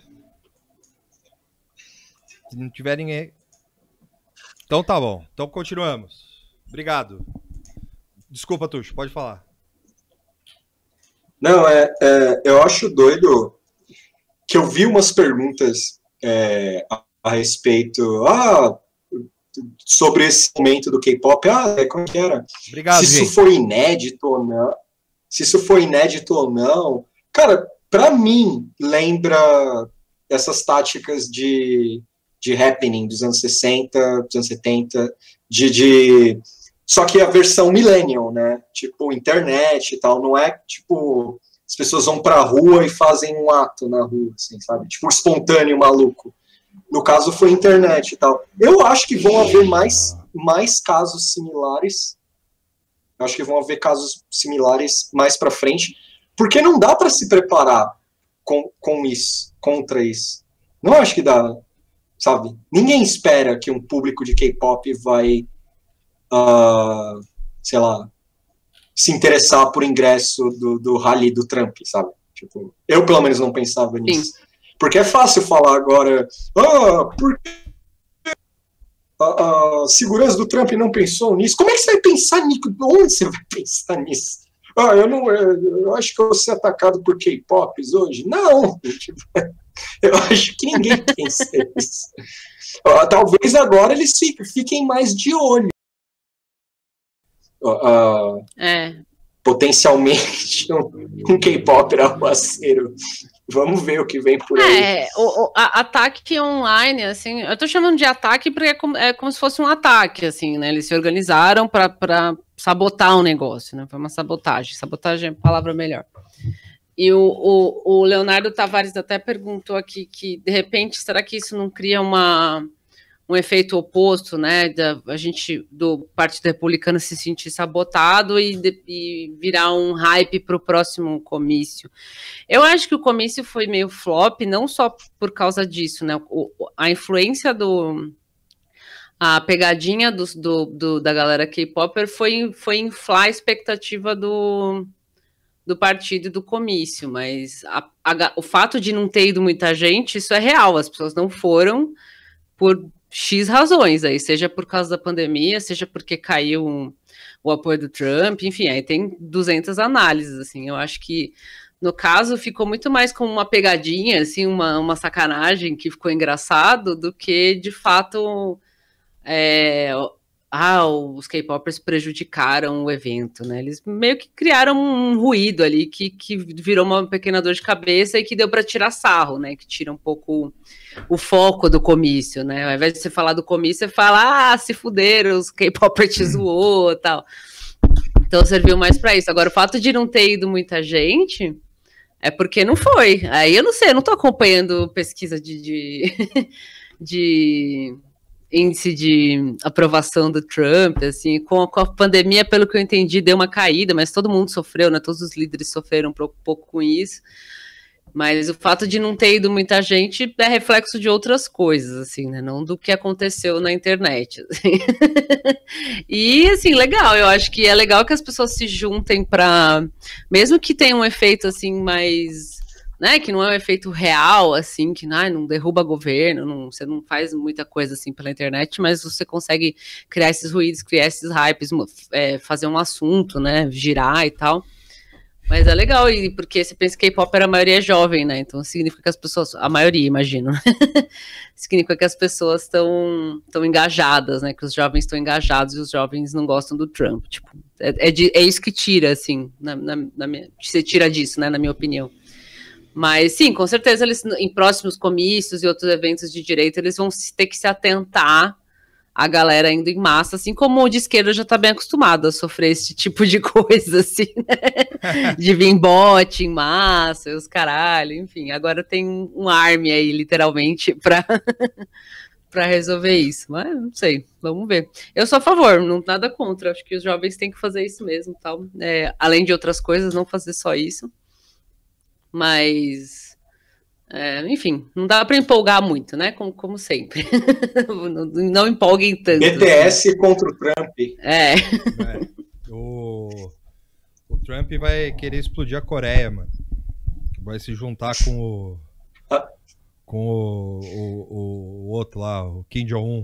Se não tiver ninguém... Então tá bom. Então continuamos. Obrigado. Desculpa, Tuxo, pode falar. Não, eu acho doido que eu vi umas perguntas a respeito sobre esse momento do K-pop. Como que era? Obrigado, se isso foi inédito ou não. Se isso foi inédito ou não. Cara, pra mim, lembra essas táticas de happening dos anos 60, dos anos 70, só que a versão millennial, né? Tipo, internet e tal, não é tipo, as pessoas vão pra rua e fazem um ato na rua, assim, sabe? Tipo, espontâneo, maluco. No caso, foi internet e tal. Eu acho que vão haver mais casos similares. Eu acho que vão haver casos similares mais pra frente, porque não dá pra se preparar com isso, contra isso. Não acho que dá, sabe? Ninguém espera que um público de K-pop vai, sei lá, se interessar por ingresso do rally do Trump, sabe? Tipo, eu pelo menos não pensava nisso. Sim. Porque é fácil falar agora, porque a segurança do Trump não pensou nisso. Como é que você vai pensar nisso? Onde você vai pensar nisso? Eu acho que eu vou ser atacado por K-pops hoje. Não! Eu acho que ninguém pensa nisso. Talvez agora eles fiquem mais de olho. Potencialmente um K-popper arruaceiro. Vamos ver o que vem por aí. Ataque online, assim, eu tô chamando de ataque porque é como se fosse um ataque, assim, né? Eles se organizaram para sabotar um negócio, né? Foi uma sabotagem. Sabotagem é a palavra melhor. E o Leonardo Tavares até perguntou aqui que, de repente, será que isso não cria um efeito oposto, né? A gente, do Partido Republicano, se sentir sabotado e virar um hype para o próximo comício. Eu acho que o comício foi meio flop, não só por causa disso, né? A influência a pegadinha da galera K-popper foi inflar a expectativa do partido e do comício, mas o fato de não ter ido muita gente, isso é real, as pessoas não foram por X razões, aí, seja por causa da pandemia, seja porque caiu o apoio do Trump, enfim, aí tem 200 análises, assim, eu acho que no caso ficou muito mais como uma pegadinha, assim, uma sacanagem que ficou engraçado, do que de fato os K-popers prejudicaram o evento, né? Eles meio que criaram um ruído ali que virou uma pequena dor de cabeça e que deu para tirar sarro, né? Que tira um pouco o foco do comício, né? Ao invés de você falar do comício, você fala, se fuderam, os K-popers te zoou e tal. Então serviu mais para isso. Agora, o fato de não ter ido muita gente é porque não foi. Aí eu não sei, eu não tô acompanhando pesquisa de índice de aprovação do Trump, assim, com a pandemia, pelo que eu entendi, deu uma caída, mas todo mundo sofreu, né, todos os líderes sofreram um pouco com isso, mas o fato de não ter ido muita gente é reflexo de outras coisas, assim, né, não do que aconteceu na internet, assim. E, assim, legal, eu acho que é legal que as pessoas se juntem para, mesmo que tenha um efeito, assim, mais... né, que não é um efeito real, assim, que não derruba governo, você não faz muita coisa assim pela internet, mas você consegue criar esses ruídos, criar esses hypes, fazer um assunto, né, girar e tal. Mas é legal, porque você pensa que K-pop a maioria é jovem, né, então significa que as pessoas, a maioria, imagino, significa que as pessoas estão engajadas, né, que os jovens estão engajados e os jovens não gostam do Trump, tipo, é isso que tira, assim, você tira disso, né, na minha opinião. Mas, sim, com certeza, eles, em próximos comícios e outros eventos de direita, eles vão ter que se atentar à galera indo em massa, assim como o de esquerda já está bem acostumado a sofrer esse tipo de coisa, assim, né? De vir bote em massa, os caralho, enfim. Agora tem um army aí, literalmente, para resolver isso. Mas, não sei, vamos ver. Eu sou a favor, nada contra. Acho que os jovens têm que fazer isso mesmo, tal. Além de outras coisas, não fazer só isso. Mas, enfim, não dá para empolgar muito, né? Como sempre. Não empolguem tanto. BTS assim. Contra o Trump. O Trump vai querer explodir a Coreia, mano. Vai se juntar com o outro lá, o Kim Jong-un.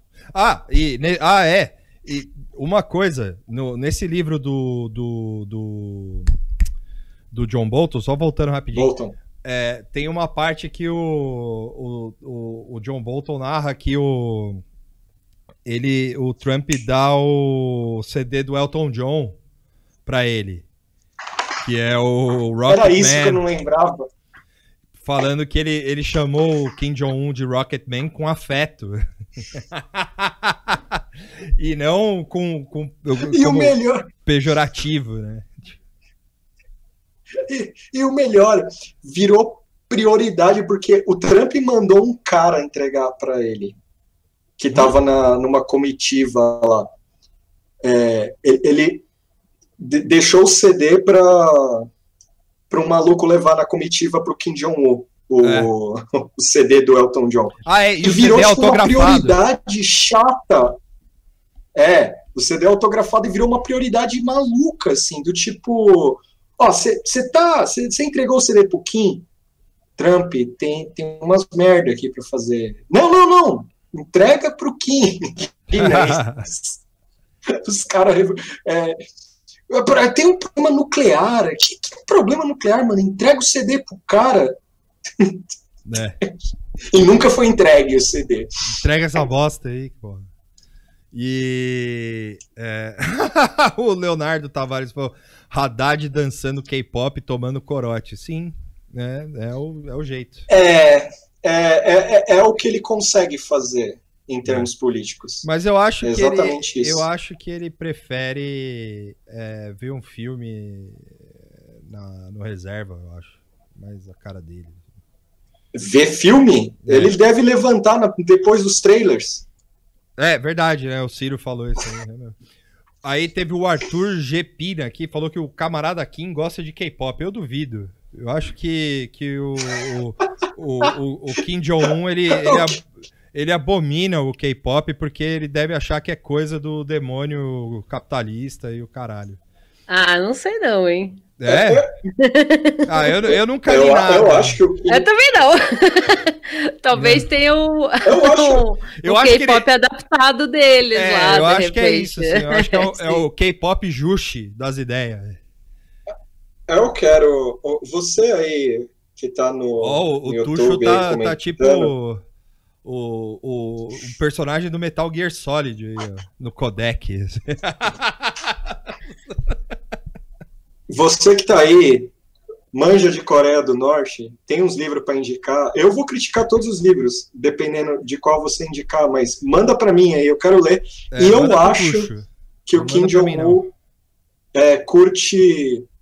E uma coisa, nesse livro do John Bolton, só voltando rapidinho. tem uma parte que o John Bolton narra que o Trump dá o CD do Elton John pra ele, que é o Rocket Era isso Man, que eu não lembrava. falando que ele chamou o Kim Jong-un de Rocket Man com afeto. E não com E o melhor... pejorativo, né? E o melhor, virou prioridade porque o Trump mandou um cara entregar para ele, que estava numa comitiva lá. Ele deixou o CD para um maluco levar na comitiva para o Kim Jong-un, o CD do Elton John. E o virou CD tipo, uma autografado. prioridade chata. O CD autografado e virou uma prioridade maluca, assim, do tipo... Você entregou o CD pro Kim? Trump, tem umas merda aqui pra fazer. Não. Entrega pro Kim. Os caras... tem um problema nuclear. Que problema nuclear, mano? Entrega o CD pro cara. E nunca foi entregue o CD. Entrega essa bosta aí, porra. E o Leonardo Tavares falou: Haddad dançando K-pop tomando corote. Sim, é o jeito. É o que ele consegue fazer em termos políticos. Mas eu acho exatamente isso. Eu acho que ele prefere ver um filme no reserva, eu acho. Mais a cara dele. Ver filme? Ele deve levantar depois dos trailers. Verdade, né? O Ciro falou isso aí, né? Aí teve o Arthur G. Pina aqui, falou que o camarada Kim gosta de K-pop. Eu duvido. Eu acho que o Kim Jong-un, ele abomina o K-pop porque ele deve achar que é coisa do demônio capitalista e o caralho. Não sei não, hein? Eu nunca li nada. Eu acho que eu também não. Talvez tenha o K-pop adaptado deles lá. Eu acho que é isso. Assim, eu acho que é o K-pop Jushi das ideias. Eu quero. Você aí que tá no YouTube. O Tuxo tá tipo o personagem do Metal Gear Solid aí, ó, no codec. Você que tá aí, manja de Coreia do Norte, tem uns livros para indicar. Eu vou criticar todos os livros, dependendo de qual você indicar, mas manda para mim aí, eu quero ler. E eu acho que o Kim Jong-un curte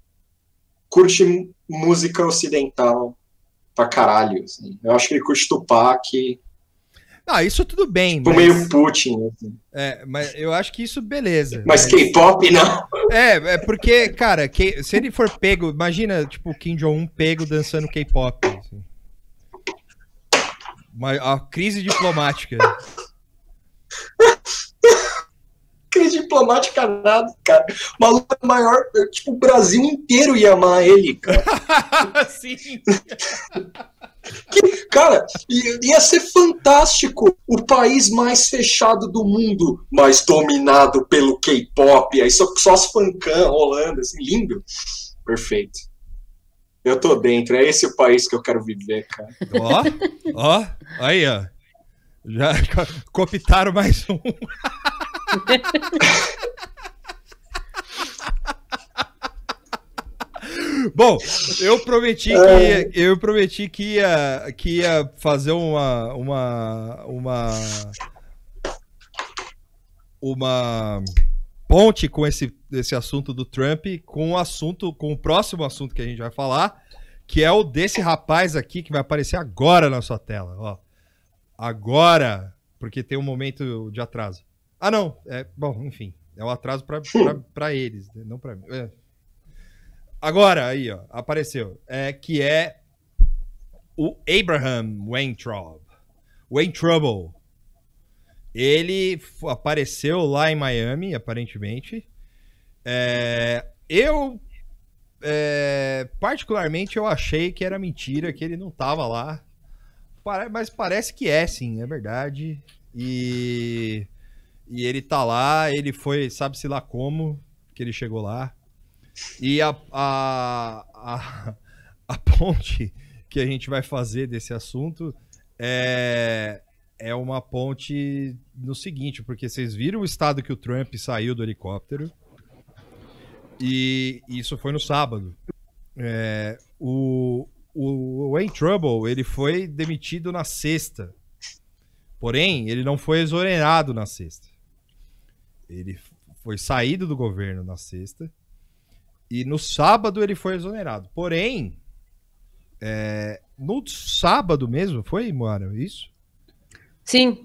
música ocidental pra caralho. Assim. Eu acho que ele curte Tupac. Isso tudo bem. Tipo, meio Putin. Assim. Mas eu acho que isso, beleza. Mas K-pop, não. Porque, cara, se ele for pego, imagina, tipo, o Kim Jong-un pego dançando K-pop. Assim. A crise diplomática. Crise diplomática nada, cara. O maluco é maior, tipo, o Brasil inteiro ia amar ele, cara. Sim. Cara, ia ser fantástico. O país mais fechado do mundo, mas dominado pelo K-pop. Aí só as fancam rolando, assim, lindo. Perfeito. Eu tô dentro. É esse o país que eu quero viver, cara. Aí, ó. Já cooptaram mais um. Bom, eu prometi que ia fazer uma ponte com esse assunto do Trump com o próximo assunto que a gente vai falar, que é o desse rapaz aqui que vai aparecer agora na sua tela, ó. Agora, porque tem um momento de atraso. Não, bom, enfim, é um atraso para eles, não para mim. Agora, aí, ó, apareceu. Que é o Abraham Weintraub. Weintraub. Ele apareceu lá em Miami, aparentemente. Particularmente, eu achei que era mentira, que ele não tava lá. Mas parece que sim, é verdade. E ele tá lá, ele foi, sabe-se lá como, que ele chegou lá. E a ponte que a gente vai fazer desse assunto é uma ponte no seguinte, porque vocês viram o estado que o Trump saiu do helicóptero, e isso foi no sábado. O Wayne Trouble, ele foi demitido na sexta, porém, ele não foi exonerado na sexta. Ele foi saído do governo na sexta, e no sábado ele foi exonerado. Porém, no sábado mesmo, foi, Moara, isso? Sim.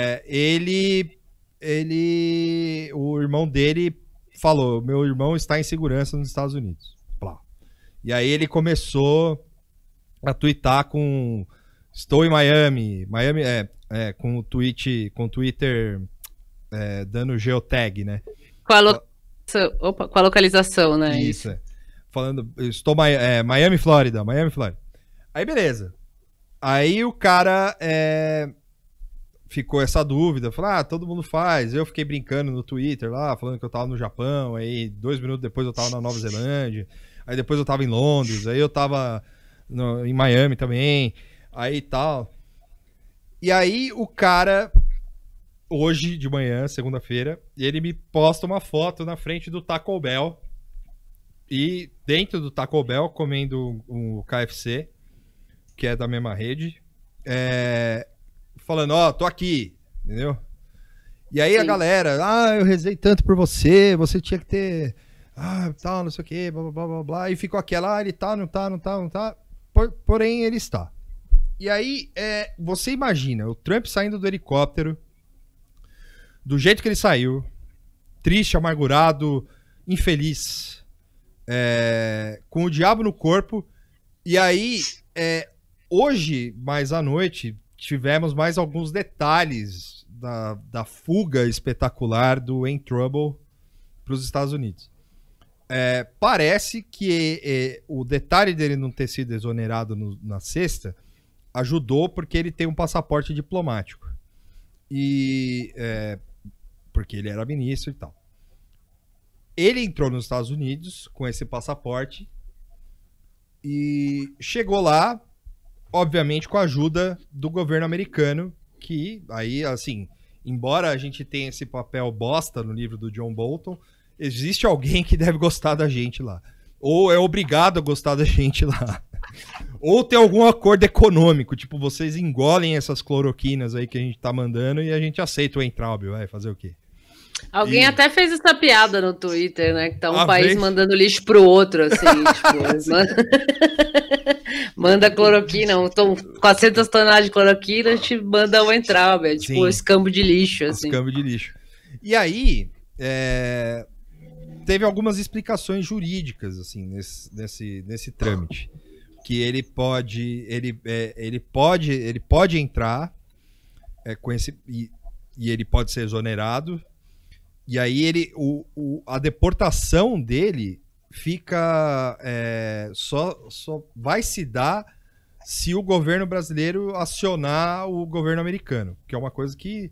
O irmão dele falou, meu irmão está em segurança nos Estados Unidos. Plá. E aí ele começou a twittar com estou em Miami, com o Twitter dando geotag, né? Com a localização, né? Isso. Falando, estou Miami, Flórida. Aí beleza. Aí o cara ficou essa dúvida, falou, todo mundo faz. Eu fiquei brincando no Twitter lá, falando que eu tava no Japão, aí 2 minutos depois eu tava na Nova Zelândia, aí depois eu tava em Londres, aí eu tava em Miami também, aí tal. E aí o cara, hoje de manhã, segunda-feira, ele me posta uma foto na frente do Taco Bell, e dentro do Taco Bell, comendo um KFC, que é da mesma rede, falando, tô aqui, entendeu? E aí a galera, eu rezei tanto por você tinha que ter, tal, não sei o que, blá, blá, blá, blá, e ficou aquela, ele tá, não tá, porém ele está. E aí, você imagina, o Trump saindo do helicóptero, do jeito que ele saiu, triste, amargurado, infeliz, com o diabo no corpo, e aí, hoje, mais à noite, tivemos mais alguns detalhes da fuga espetacular do Wayne Trouble para os Estados Unidos. Parece que o detalhe dele não ter sido exonerado na sexta ajudou porque ele tem um passaporte diplomático. E porque ele era ministro e tal. Ele entrou nos Estados Unidos com esse passaporte e chegou lá, obviamente, com a ajuda do governo americano, que aí, assim, embora a gente tenha esse papel bosta no livro do John Bolton, existe alguém que deve gostar da gente lá. Ou é obrigado a gostar da gente lá. Ou tem algum acordo econômico, tipo, vocês engolem essas cloroquinas aí que a gente tá mandando e a gente aceita o Weintraub, vai fazer o quê? Alguém até fez essa piada no Twitter, né? Que tá um país mandando lixo pro outro, assim, tipo, manda cloroquina, 400 toneladas de cloroquina, a gente manda o Weintraub, tipo, um escambo de lixo, assim. Escambo de lixo. E aí, teve algumas explicações jurídicas, assim, nesse trâmite. Que ele pode entrar com esse... E ele pode ser exonerado. E aí a deportação dele fica só vai se dar se o governo brasileiro acionar o governo americano, que é uma coisa que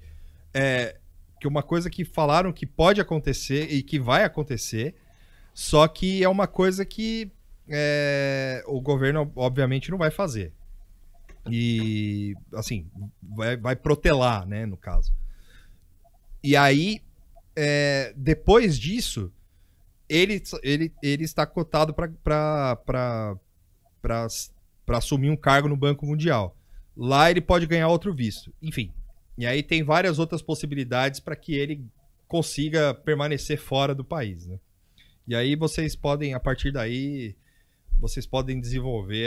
falaram que pode acontecer e que vai acontecer, só que é uma coisa que o governo obviamente não vai fazer. E assim, vai protelar, né, no caso. E aí depois disso, ele está cotado para assumir um cargo no Banco Mundial. Lá ele pode ganhar outro visto. Enfim, e aí tem várias outras possibilidades para que ele consiga permanecer fora do país, né? E aí vocês podem, a partir daí, vocês podem desenvolver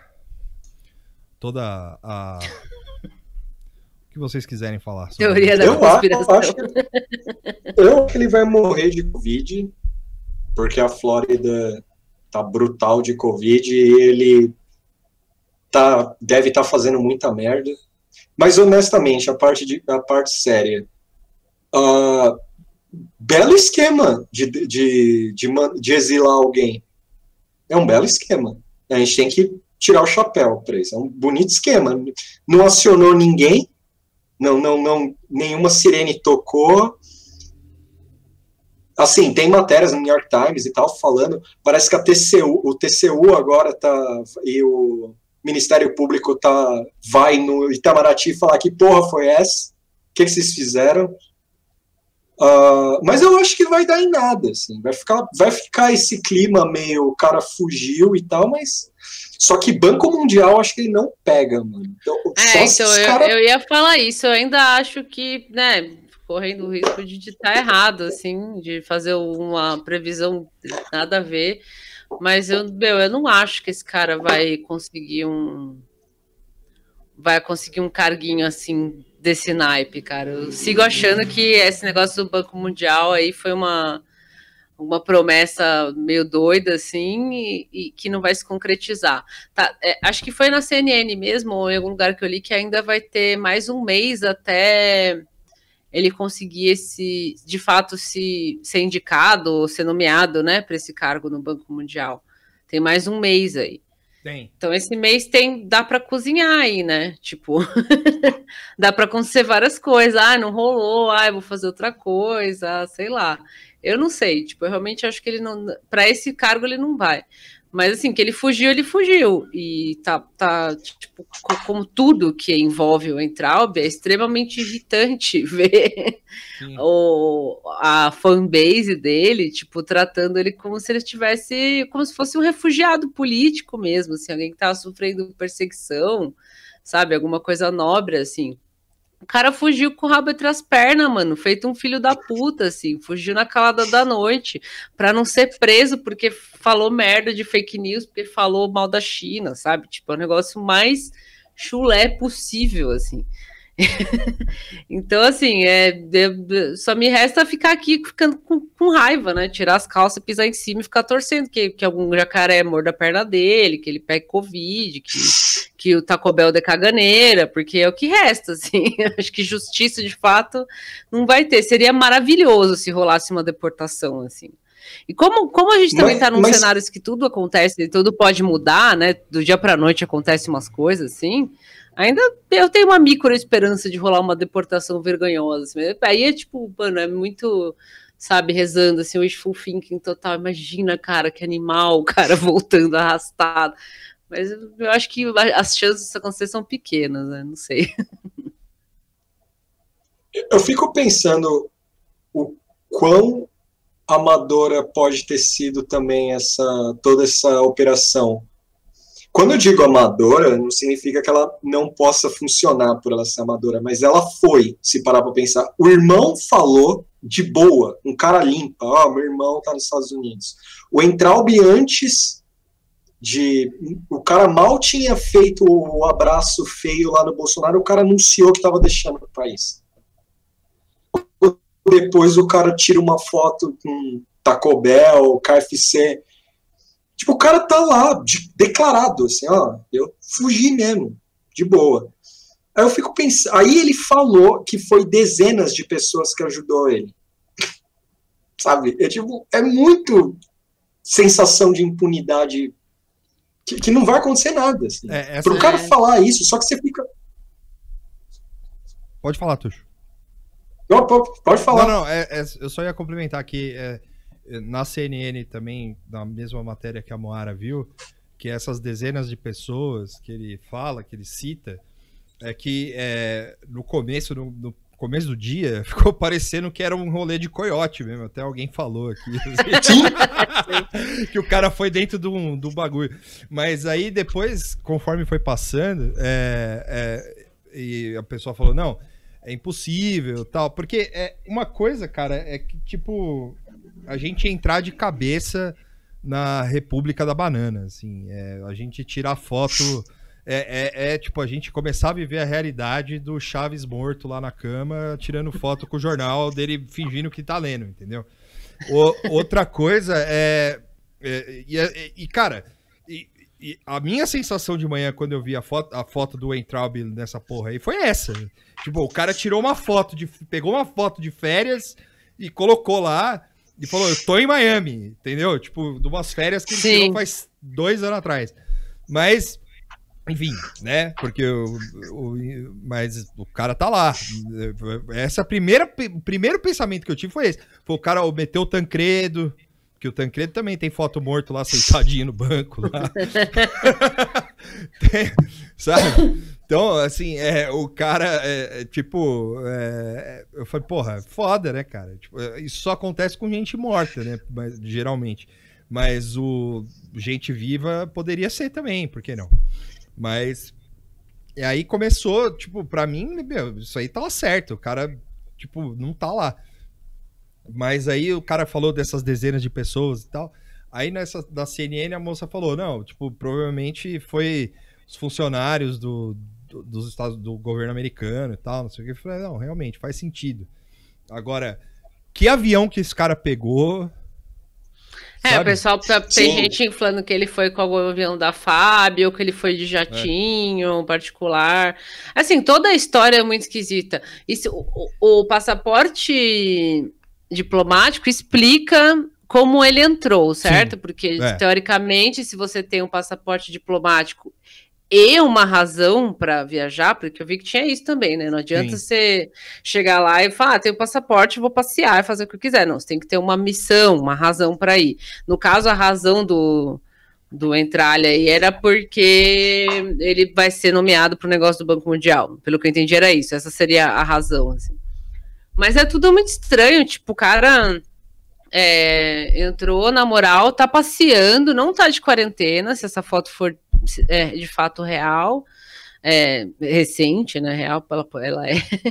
toda a... O que vocês quiserem falar sobre teoria da conspiração. Eu acho que ele vai morrer de Covid, porque a Flórida tá brutal de Covid e ele deve estar fazendo muita merda. Mas honestamente, a parte séria, belo esquema de exilar alguém. É um belo esquema. A gente tem que tirar o chapéu para isso. É um bonito esquema. Não acionou ninguém. Não, nenhuma sirene tocou. Assim, tem matérias no New York Times e tal falando, parece que o TCU agora tá, e Ministério Público vai no Itamaraty falar que porra foi essa? O que vocês fizeram? Mas eu acho que vai dar em nada, assim. Vai ficar esse clima meio, o cara fugiu e tal, mas só que Banco Mundial acho que ele não pega, mano. Então, eu ia falar isso. Eu ainda acho que, né, correndo o risco de estar errado, assim, de fazer uma previsão nada a ver. Mas eu não acho que esse cara vai conseguir um carguinho assim desse naipe, cara. Eu sigo achando que esse negócio do Banco Mundial aí foi uma promessa meio doida, assim, e que não vai se concretizar. Tá, acho que foi na CNN mesmo, ou em algum lugar que eu li, que ainda vai ter mais um mês até ele conseguir de fato, ser indicado ou ser nomeado, né, para esse cargo no Banco Mundial. Tem mais um mês aí. Tem. Então, esse mês dá para cozinhar aí, né? Tipo, dá para acontecer várias coisas. Não rolou, eu vou fazer outra coisa, sei lá. Eu não sei, tipo, eu realmente acho que ele não... Para esse cargo, ele não vai. Mas, assim, que ele fugiu. E tá tipo, como tudo que envolve o Weintraub, é extremamente irritante ver a fanbase dele, tipo, tratando ele como se ele estivesse... Como se fosse um refugiado político mesmo, assim, alguém que tava sofrendo perseguição, sabe? Alguma coisa nobre, assim. O cara fugiu com o rabo entre as pernas, mano, feito um filho da puta, assim, fugiu na calada da noite, pra não ser preso porque falou merda de fake news, porque falou mal da China, sabe? Tipo, é o negócio mais chulé possível, assim. Então, assim, só me resta ficar aqui ficando com raiva, né? Tirar as calças, pisar em cima e ficar torcendo que algum jacaré morda a perna dele, que ele pegue Covid, que o Taco Bell dê caganeira, porque é o que resta, assim. Acho que justiça, de fato, não vai ter. Seria maravilhoso se rolasse uma deportação, assim. E como a gente também tá num cenário que tudo acontece, tudo pode mudar, né? Do dia pra noite acontecem umas coisas, assim... Ainda eu tenho uma micro esperança de rolar uma deportação vergonhosa. Assim. Aí é tipo, mano, é muito, sabe, rezando, assim, wishful thinking total. Imagina, cara, que animal, o cara voltando arrastado. Mas eu acho que as chances disso acontecer são pequenas, né? Não sei. Eu fico pensando o quão amadora pode ter sido também toda essa operação. Quando eu digo amadora, não significa que ela não possa funcionar por ela ser amadora, mas ela foi, se parar para pensar. O irmão falou de boa, um cara limpa, meu irmão tá nos Estados Unidos. O Weintraub antes o cara mal tinha feito o abraço feio lá no Bolsonaro, o cara anunciou que estava deixando o país. Depois o cara tira uma foto com Taco Bell, KFC... Tipo, o cara tá lá, declarado, assim, eu fugi mesmo, de boa. Aí eu fico pensando, aí ele falou que foi dezenas de pessoas que ajudou ele. Sabe? É muito sensação de impunidade que não vai acontecer nada, assim. Pro cara falar isso, só que você fica... Pode falar, Tuxo. Não, pode falar. Não, eu só ia complementar aqui... Na CNN também, na mesma matéria que a Moara viu, que essas dezenas de pessoas que ele fala, que ele cita, que no começo do dia ficou parecendo que era um rolê de coiote mesmo, até alguém falou aqui que o cara foi dentro do bagulho, mas aí depois, conforme foi passando, e a pessoa falou, não, é impossível, tal, porque uma coisa, cara, é que tipo... a gente entrar de cabeça na República da Banana, assim, a gente tirar foto, tipo, a gente começar a viver a realidade do Chaves morto lá na cama, tirando foto com o jornal dele fingindo que tá lendo, entendeu? Outra coisa cara, a minha sensação de manhã quando eu vi a foto do Weintraub nessa porra aí foi essa, tipo, o cara tirou uma foto, pegou uma foto de férias e colocou lá, e falou, eu tô em Miami, entendeu? Tipo, de umas férias que ele tirou faz 2 anos atrás. Mas, enfim, né? Porque mas o cara tá lá. O primeiro pensamento que eu tive foi esse. Foi o cara meteu o Tancredo, que o Tancredo também tem foto morto lá, sentadinho no banco lá. Sabe? Então, assim, o cara, eu falei, porra, foda, né, cara? Tipo, isso só acontece com gente morta, né? Geralmente. Mas gente viva poderia ser também, por que não? Mas, e aí começou, tipo, pra mim, meu, isso aí tava certo, o cara, tipo, não tá lá. Mas aí o cara falou dessas dezenas de pessoas e tal, aí da CNN a moça falou, não, tipo, provavelmente foi os funcionários dos estados, do governo americano e tal, não sei o que. Eu falei, não, realmente, faz sentido. Agora, que avião que esse cara pegou... O pessoal tem gente falando que ele foi com o avião da FAB, ou que ele foi de jatinho particular. Assim, toda a história é muito esquisita. Isso, o passaporte diplomático explica como ele entrou, certo? Sim. Porque, teoricamente, se você tem um passaporte diplomático e uma razão para viajar, porque eu vi que tinha isso também, né? Não adianta você chegar lá e falar, tenho passaporte, vou passear e fazer o que eu quiser. Não, você tem que ter uma missão, uma razão para ir. No caso, a razão do Entralha aí era porque ele vai ser nomeado para o negócio do Banco Mundial. Pelo que eu entendi, era isso. Essa seria a razão, assim. Mas é tudo muito estranho, tipo, o cara... entrou na moral, tá passeando, não tá de quarentena, se essa foto for de fato real, recente, né, real, ela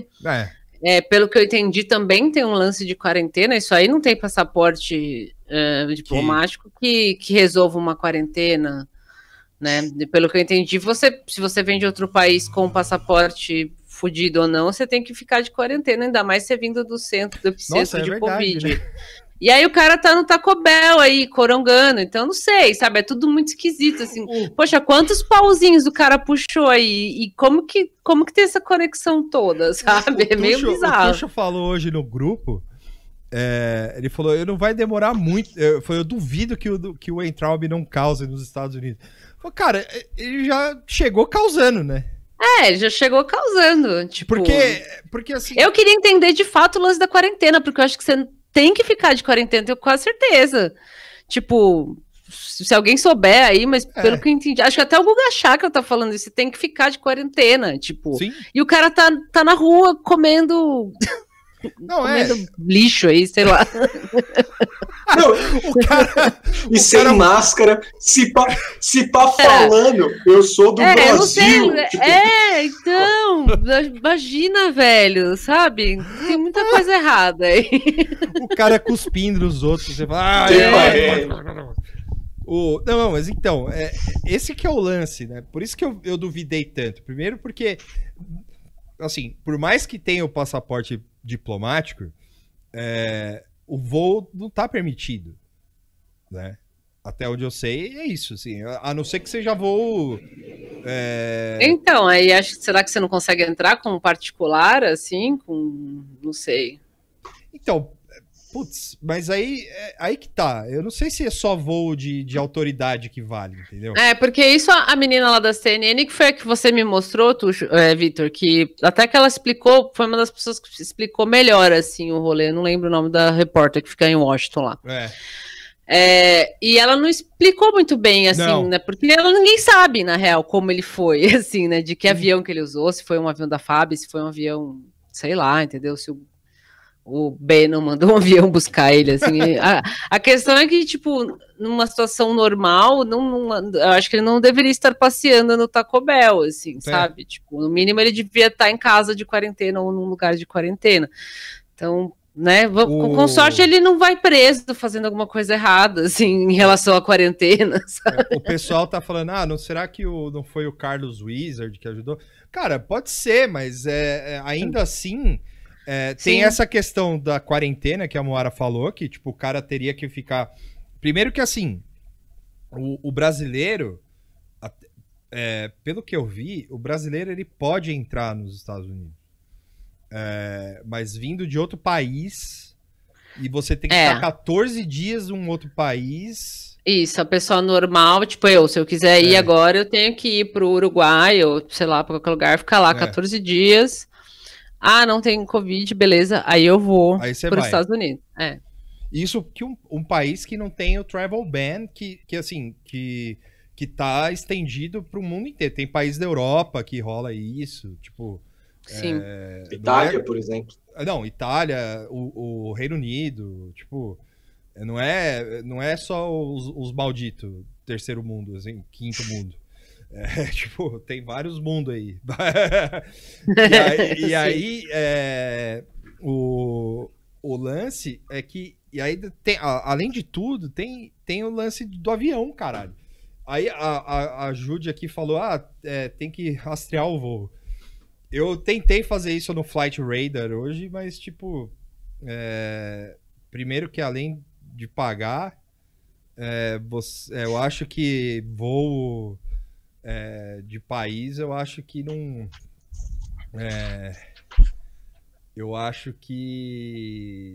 pelo que eu entendi, também tem um lance de quarentena, isso aí não tem passaporte diplomático que resolva uma quarentena, né, pelo que eu entendi, se você vem de outro país com passaporte fudido ou não, você tem que ficar de quarentena, ainda mais você vindo do centro, do epicentro de verdade, Covid, né? E aí o cara tá no Taco Bell aí, corongando, então não sei, sabe, é tudo muito esquisito, assim, poxa, quantos pauzinhos o cara puxou aí, e como que tem essa conexão toda, sabe, é meio bizarro. O Tuxo falou hoje no grupo, ele falou, não vai demorar muito, eu duvido que o Weintraub não cause nos Estados Unidos. Falei, cara, ele já chegou causando, né? Ele já chegou causando, tipo... Porque assim... Eu queria entender de fato o lance da quarentena, porque eu acho que você tem que ficar de quarentena, tenho quase certeza. Tipo, se alguém souber aí, mas pelo que eu entendi, acho que até o Guga Chakra tá falando isso, você tem que ficar de quarentena, tipo. Sim. E o cara tá na rua comendo... comendo lixo aí, sei lá. Não, o cara, e sem máscara, se pá falando, eu sou do Brasil. Eu não sei, tipo... então, imagina, velho, sabe? Tem muita coisa errada aí. O cara cuspindo nos outros, você fala, não, mas então, esse que é o lance, né? Por isso que eu duvidei tanto. Primeiro porque, assim, por mais que tenha o passaporte diplomático, o voo não tá permitido, né? Até onde eu sei, é isso, assim. A não ser que seja voo... Então, aí será que você não consegue entrar com um particular, assim? Não sei. Então, putz, mas aí que tá. Eu não sei se é só voo de autoridade que vale, entendeu? Porque isso a menina lá da CNN, que foi a que você me mostrou, Vitor, que até que ela explicou, foi uma das pessoas que explicou melhor, assim, o rolê. Eu não lembro o nome da repórter que fica em Washington lá. E ela não explicou muito bem, assim, não, né? Porque ninguém sabe, na real, como ele foi, assim, né? De que avião que ele usou, se foi um avião da FAB, se foi um avião, sei lá, entendeu? Se o Bannon mandou um avião buscar ele, assim. A questão é que, tipo, numa situação normal, eu acho que ele não deveria estar passeando no Taco Bell, assim, sabe? Tipo, no mínimo ele devia estar em casa de quarentena ou num lugar de quarentena. Então... né? Com sorte ele não vai preso fazendo alguma coisa errada, assim, em relação à quarentena, sabe? O pessoal tá falando, não será que não foi o Carlos Wizard que ajudou? Cara, pode ser, mas ainda assim tem essa questão da quarentena que a Moara falou, que tipo, o cara teria que ficar... Primeiro que assim, o brasileiro, pelo que eu vi, o brasileiro ele pode entrar nos Estados Unidos. Mas vindo de outro país e você tem que ficar 14 dias em um outro país. Isso, a pessoa normal, tipo se eu quiser ir agora, eu tenho que ir pro Uruguai ou sei lá, pra qualquer lugar, ficar lá 14 dias. Não tem Covid, beleza, aí eu vou para os Estados Unidos. Isso que um país que não tem o travel ban, que assim, que que tá estendido para o mundo inteiro. Tem país da Europa que rola isso, tipo... Sim. Itália, por exemplo. Não, Itália, o Reino Unido, tipo... Não é só os malditos, terceiro mundo, assim, quinto mundo. Tipo, tem vários mundos aí. E aí o lance é que... E aí, tem, além de tudo, tem o lance do avião, caralho. Aí a Judy aqui falou, tem que rastrear o voo. Eu tentei fazer isso no Flight Radar hoje, mas, tipo... primeiro que além de pagar, eu acho que voo de país, eu acho que não... eu acho que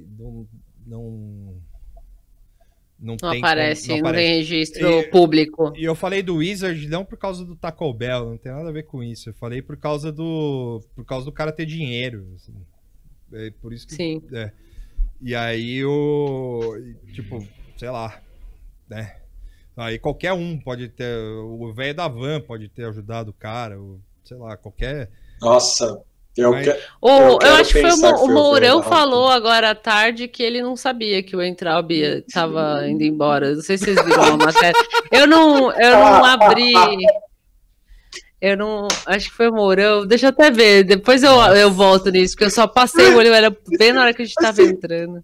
não tem aparece, como, não tem registro público. E eu falei do Wizard não por causa do Taco Bell, não tem nada a ver com isso. Eu falei por causa do cara ter dinheiro. Assim. Por isso que... Sim. E aí tipo, sei lá, né? Aí qualquer um pode ter... O velho da van pode ter ajudado o cara, sei lá, qualquer... Nossa... Eu acho que foi o Mourão falou agora à tarde que ele não sabia que o Entraub estava indo embora. Não sei se vocês viram a matéria. Eu não abri. Acho que foi o Mourão. Deixa eu até ver. Depois eu volto nisso, porque eu só passei o olho, era bem na hora que a gente estava entrando.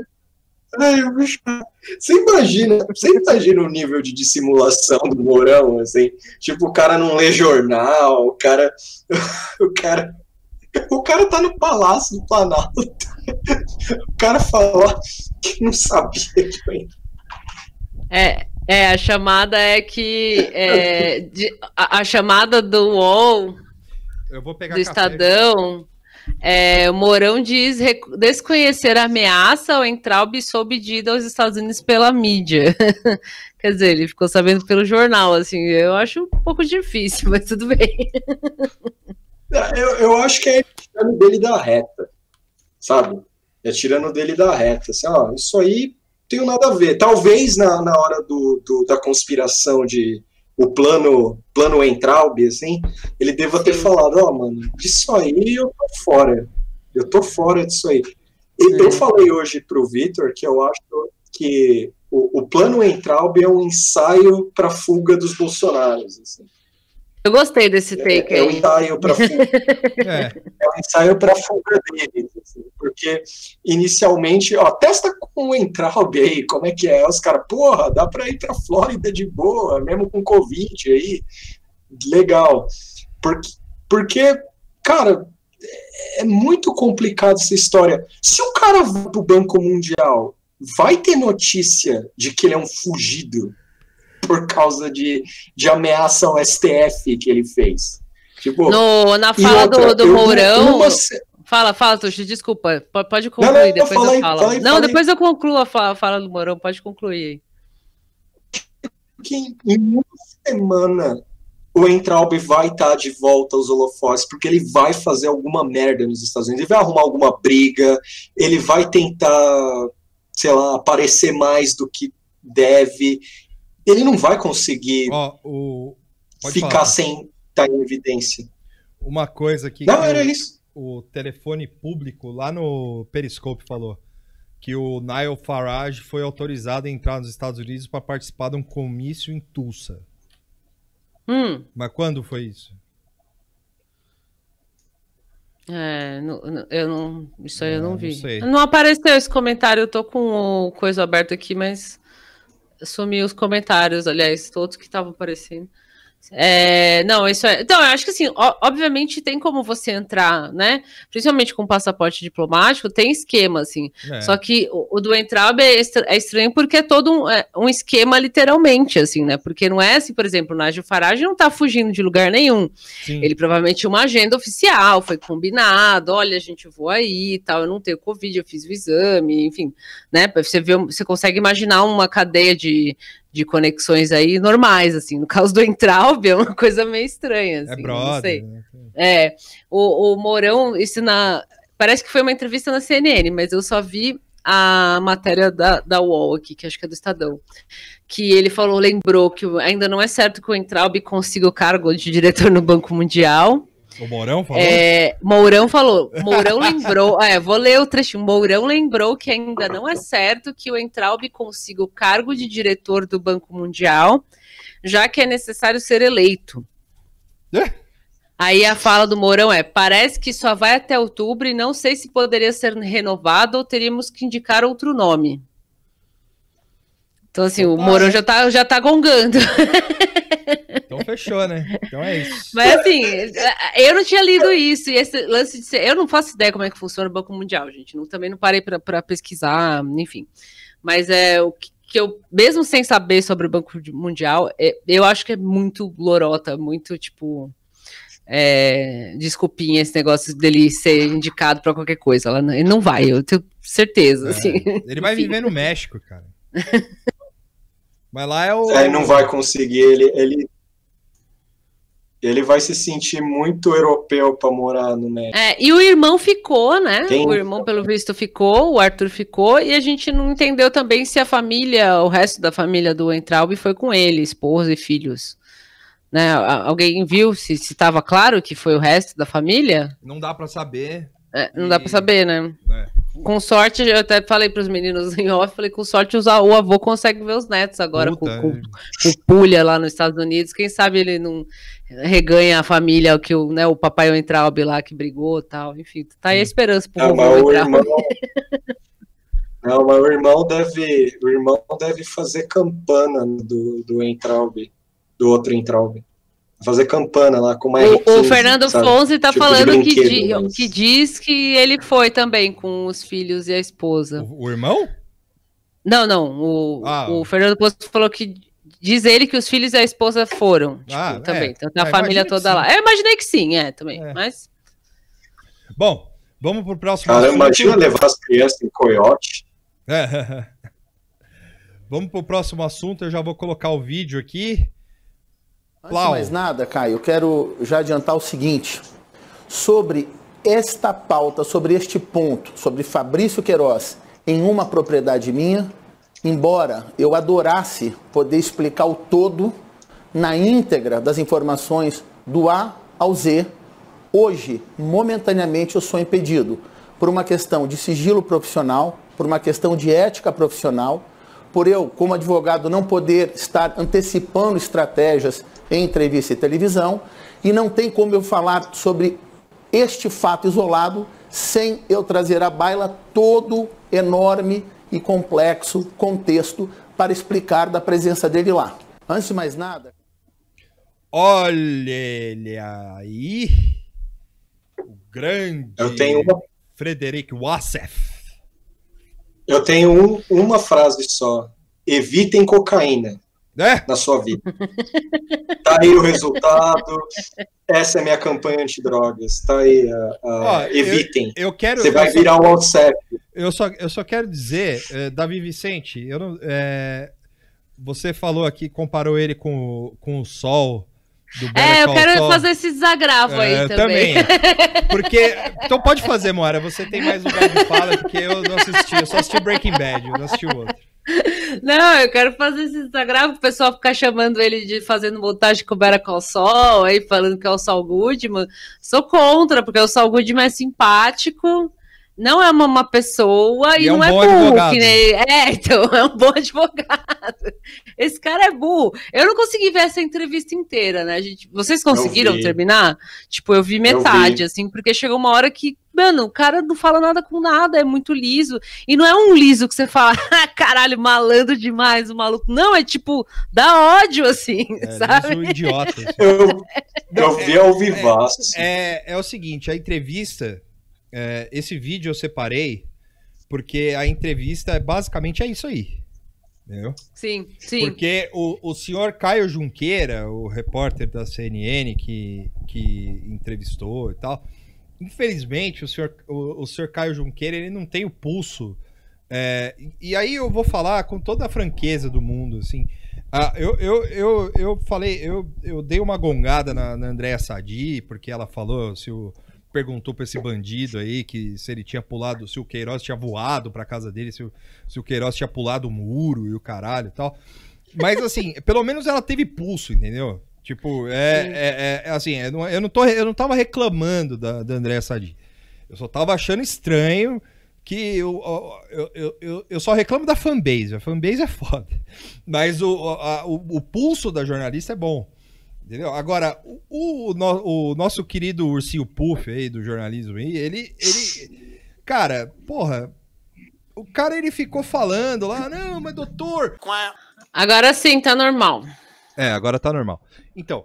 Você imagina o nível de dissimulação do Mourão, assim? Tipo, o cara não lê jornal, o cara tá no Palácio do Planalto. O cara falou que não sabia que a chamada é que a chamada do UOL, eu vou pegar do Estadão, o Mourão diz desconhecer a ameaça ao Entraub sob dívida aos Estados Unidos pela mídia. Quer dizer, ele ficou sabendo pelo jornal, assim, eu acho um pouco difícil, mas tudo bem. Eu acho que é tirando dele da reta, sabe? É tirando dele da reta. Assim, isso aí não tem nada a ver. Talvez na hora da conspiração de o plano Entraub, assim, ele deva ter falado, mano, disso aí eu tô fora. Eu tô fora disso aí. Eu falei hoje pro Vitor que eu acho que o plano Entraub é um ensaio para fuga dos Bolsonaros, assim. Eu gostei desse take aí. É um ensaio para fuga. É um ensaio para fuga deles, assim, porque inicialmente, testa com o Entraub aí, como é que é? Os caras, porra, dá para ir para Flórida de boa, mesmo com Covid aí, legal. Porque, cara, é muito complicado essa história. Se o cara vai pro Banco Mundial, vai ter notícia de que ele é um fugido por causa de ameaça ao STF que ele fez. Tipo, na fala do Mourão... Fala, Tuxo, desculpa. Pode concluir, depois eu falo. Depois eu concluo a fala do Mourão, pode concluir aí. Que em uma semana o Entraub vai estar de volta aos holofotes, porque ele vai fazer alguma merda nos Estados Unidos, ele vai arrumar alguma briga, ele vai tentar, sei lá, aparecer mais do que deve... Ele não vai conseguir ficar sem estar em evidência. Uma coisa que era isso. O telefone público lá no Periscope falou que o Nigel Farage foi autorizado a entrar nos Estados Unidos para participar de um comício em Tulsa. Mas quando foi isso? Isso aí eu não vi. Sei. Não apareceu esse comentário, eu tô com o coisa aberto aqui, mas... Sumiu os comentários, aliás, todos que estavam aparecendo. Isso é... Então, eu acho que assim, obviamente tem como você entrar, né? Principalmente com passaporte diplomático, tem esquema, assim. Só que o do Entraub é estranho porque é todo um esquema, literalmente, assim, né? Porque não é assim, por exemplo, o Nigel Farage não tá fugindo de lugar nenhum. Sim. Ele provavelmente tinha uma agenda oficial, foi combinado, olha, a gente voa aí e tal, eu não tenho Covid, eu fiz o exame, enfim, né? Você consegue imaginar uma cadeia de conexões aí normais, assim. No caso do Entraub é uma coisa meio estranha, assim, brother, não sei. Né? O Mourão, parece que foi uma entrevista na CNN, mas eu só vi a matéria da UOL aqui, que acho que é do Estadão, que ele falou, lembrou que ainda não é certo que o Weintraub consiga o cargo de diretor no Banco Mundial. O Mourão falou? Mourão falou. Mourão lembrou. Vou ler o trechinho. Mourão lembrou que ainda não é certo que o Weintraub consiga o cargo de diretor do Banco Mundial, já que é necessário ser eleito. Aí a fala do Mourão parece que só vai até outubro e não sei se poderia ser renovado ou teríamos que indicar outro nome. Então, assim, o Mourão já tá gongando. Então fechou, né? Então é isso. Mas, assim, eu não tinha lido isso. E esse lance de ser... Eu não faço ideia como é que funciona o Banco Mundial, gente. Também não parei para pesquisar, enfim. Mas o que eu, mesmo sem saber sobre o Banco Mundial, eu acho que é muito lorota, muito, tipo... desculpinha esse negócio dele ser indicado para qualquer coisa. Ele não vai, eu tenho certeza. Assim. Ele vai viver no México, cara. Mas lá ele não vai conseguir, ele vai se sentir muito europeu para morar no México. E o irmão ficou, né? O irmão, pelo visto, ficou, o Arthur ficou, e a gente não entendeu também se o resto da família do Weintraub foi com ele, esposa e filhos. Né? Alguém viu se estava claro que foi o resto da família? Não dá para saber. Não dá para saber, né? Com sorte, eu até falei para os meninos em off, falei, com sorte o avô consegue ver os netos agora com Pulha lá nos Estados Unidos. Quem sabe ele não reganha a família, que o papai Weintraub lá que brigou e tal. Enfim, tá aí a esperança pro Weintraub. Não, mas o irmão deve fazer campana do Weintraub, do outro Weintraub. Fazer campana lá com uma R15, o Fernando Fonzi tá tipo falando que diz que ele foi também com os filhos e a esposa. O irmão? Não. O Fernando Fonzi falou que diz ele que os filhos e a esposa foram. Tipo, também. Então tá a família toda lá. Eu imaginei que sim, também. Mas. Bom, vamos pro próximo. Cara, imagina levar as crianças em coiote. Vamos pro próximo assunto. Eu já vou colocar o vídeo aqui. Antes de mais nada, Caio, eu quero já adiantar o seguinte, sobre esta pauta, sobre este ponto, sobre Fabrício Queiroz em uma propriedade minha, embora eu adorasse poder explicar o todo na íntegra das informações do A ao Z, hoje, momentaneamente, eu sou impedido por uma questão de sigilo profissional, por uma questão de ética profissional, por eu, como advogado, não poder estar antecipando estratégias em entrevista e televisão, e não tem como eu falar sobre este fato isolado sem eu trazer à baila todo enorme e complexo contexto para explicar da presença dele lá. Antes de mais nada... Olha ele aí, o grande Frederic Wassef. Eu tenho uma frase só. Evitem cocaína na sua vida. Tá aí o resultado. Essa é a minha campanha antidrogas. Tá aí. Evitem. Você vai virar um WhatsApp. Eu só quero dizer, Davi Vicente, você falou aqui, comparou ele com o Sol. Eu quero fazer esse desagravo aí também. Porque, então pode fazer, Moara, você tem mais lugar de fala, porque eu não assisti, eu só assisti Breaking Bad, eu não assisti o outro. Não, eu quero fazer esse desagravo, o pessoal ficar chamando ele de fazendo montagem com o Better Call Saul, aí falando que é o Saul Goodman. Sou contra, porque o Saul Goodman é simpático, não é uma pessoa e não é burro. Que nem... então, é um bom advogado. Esse cara é burro. Eu não consegui ver essa entrevista inteira, né, gente? Vocês conseguiram terminar? Tipo, eu vi metade, assim, porque chegou uma hora que, mano, o cara não fala nada com nada, é muito liso. E não é um liso que você fala, caralho, malandro demais, o maluco. Não, é tipo, dá ódio, assim, sabe? Liso idiota. Assim. Eu vi ao vivaço. É o seguinte, a entrevista... esse vídeo eu separei porque a entrevista basicamente é isso aí, entendeu? Sim. Porque o senhor Caio Junqueira, o repórter da CNN que entrevistou e tal, infelizmente o senhor Caio Junqueira, ele não tem o pulso, e aí eu vou falar com toda a franqueza do mundo, assim. Eu falei, eu dei uma gongada na Andréa Sadi, porque ela falou perguntou pra esse bandido aí que se ele tinha pulado, se o Queiroz tinha voado pra casa dele, se o Queiroz tinha pulado o muro e o caralho e tal. Mas assim, pelo menos ela teve pulso, entendeu? Tipo, assim, eu não tava reclamando da Andréa Sadi. Eu só tava achando estranho que eu só reclamo da fanbase. A fanbase é foda. Mas o pulso da jornalista é bom. Entendeu? Agora, o nosso querido Ursinho Puff aí, do jornalismo aí, ele... Cara, porra... O cara, ele ficou falando lá, não, mas doutor... Agora sim, tá normal. Agora tá normal. Então,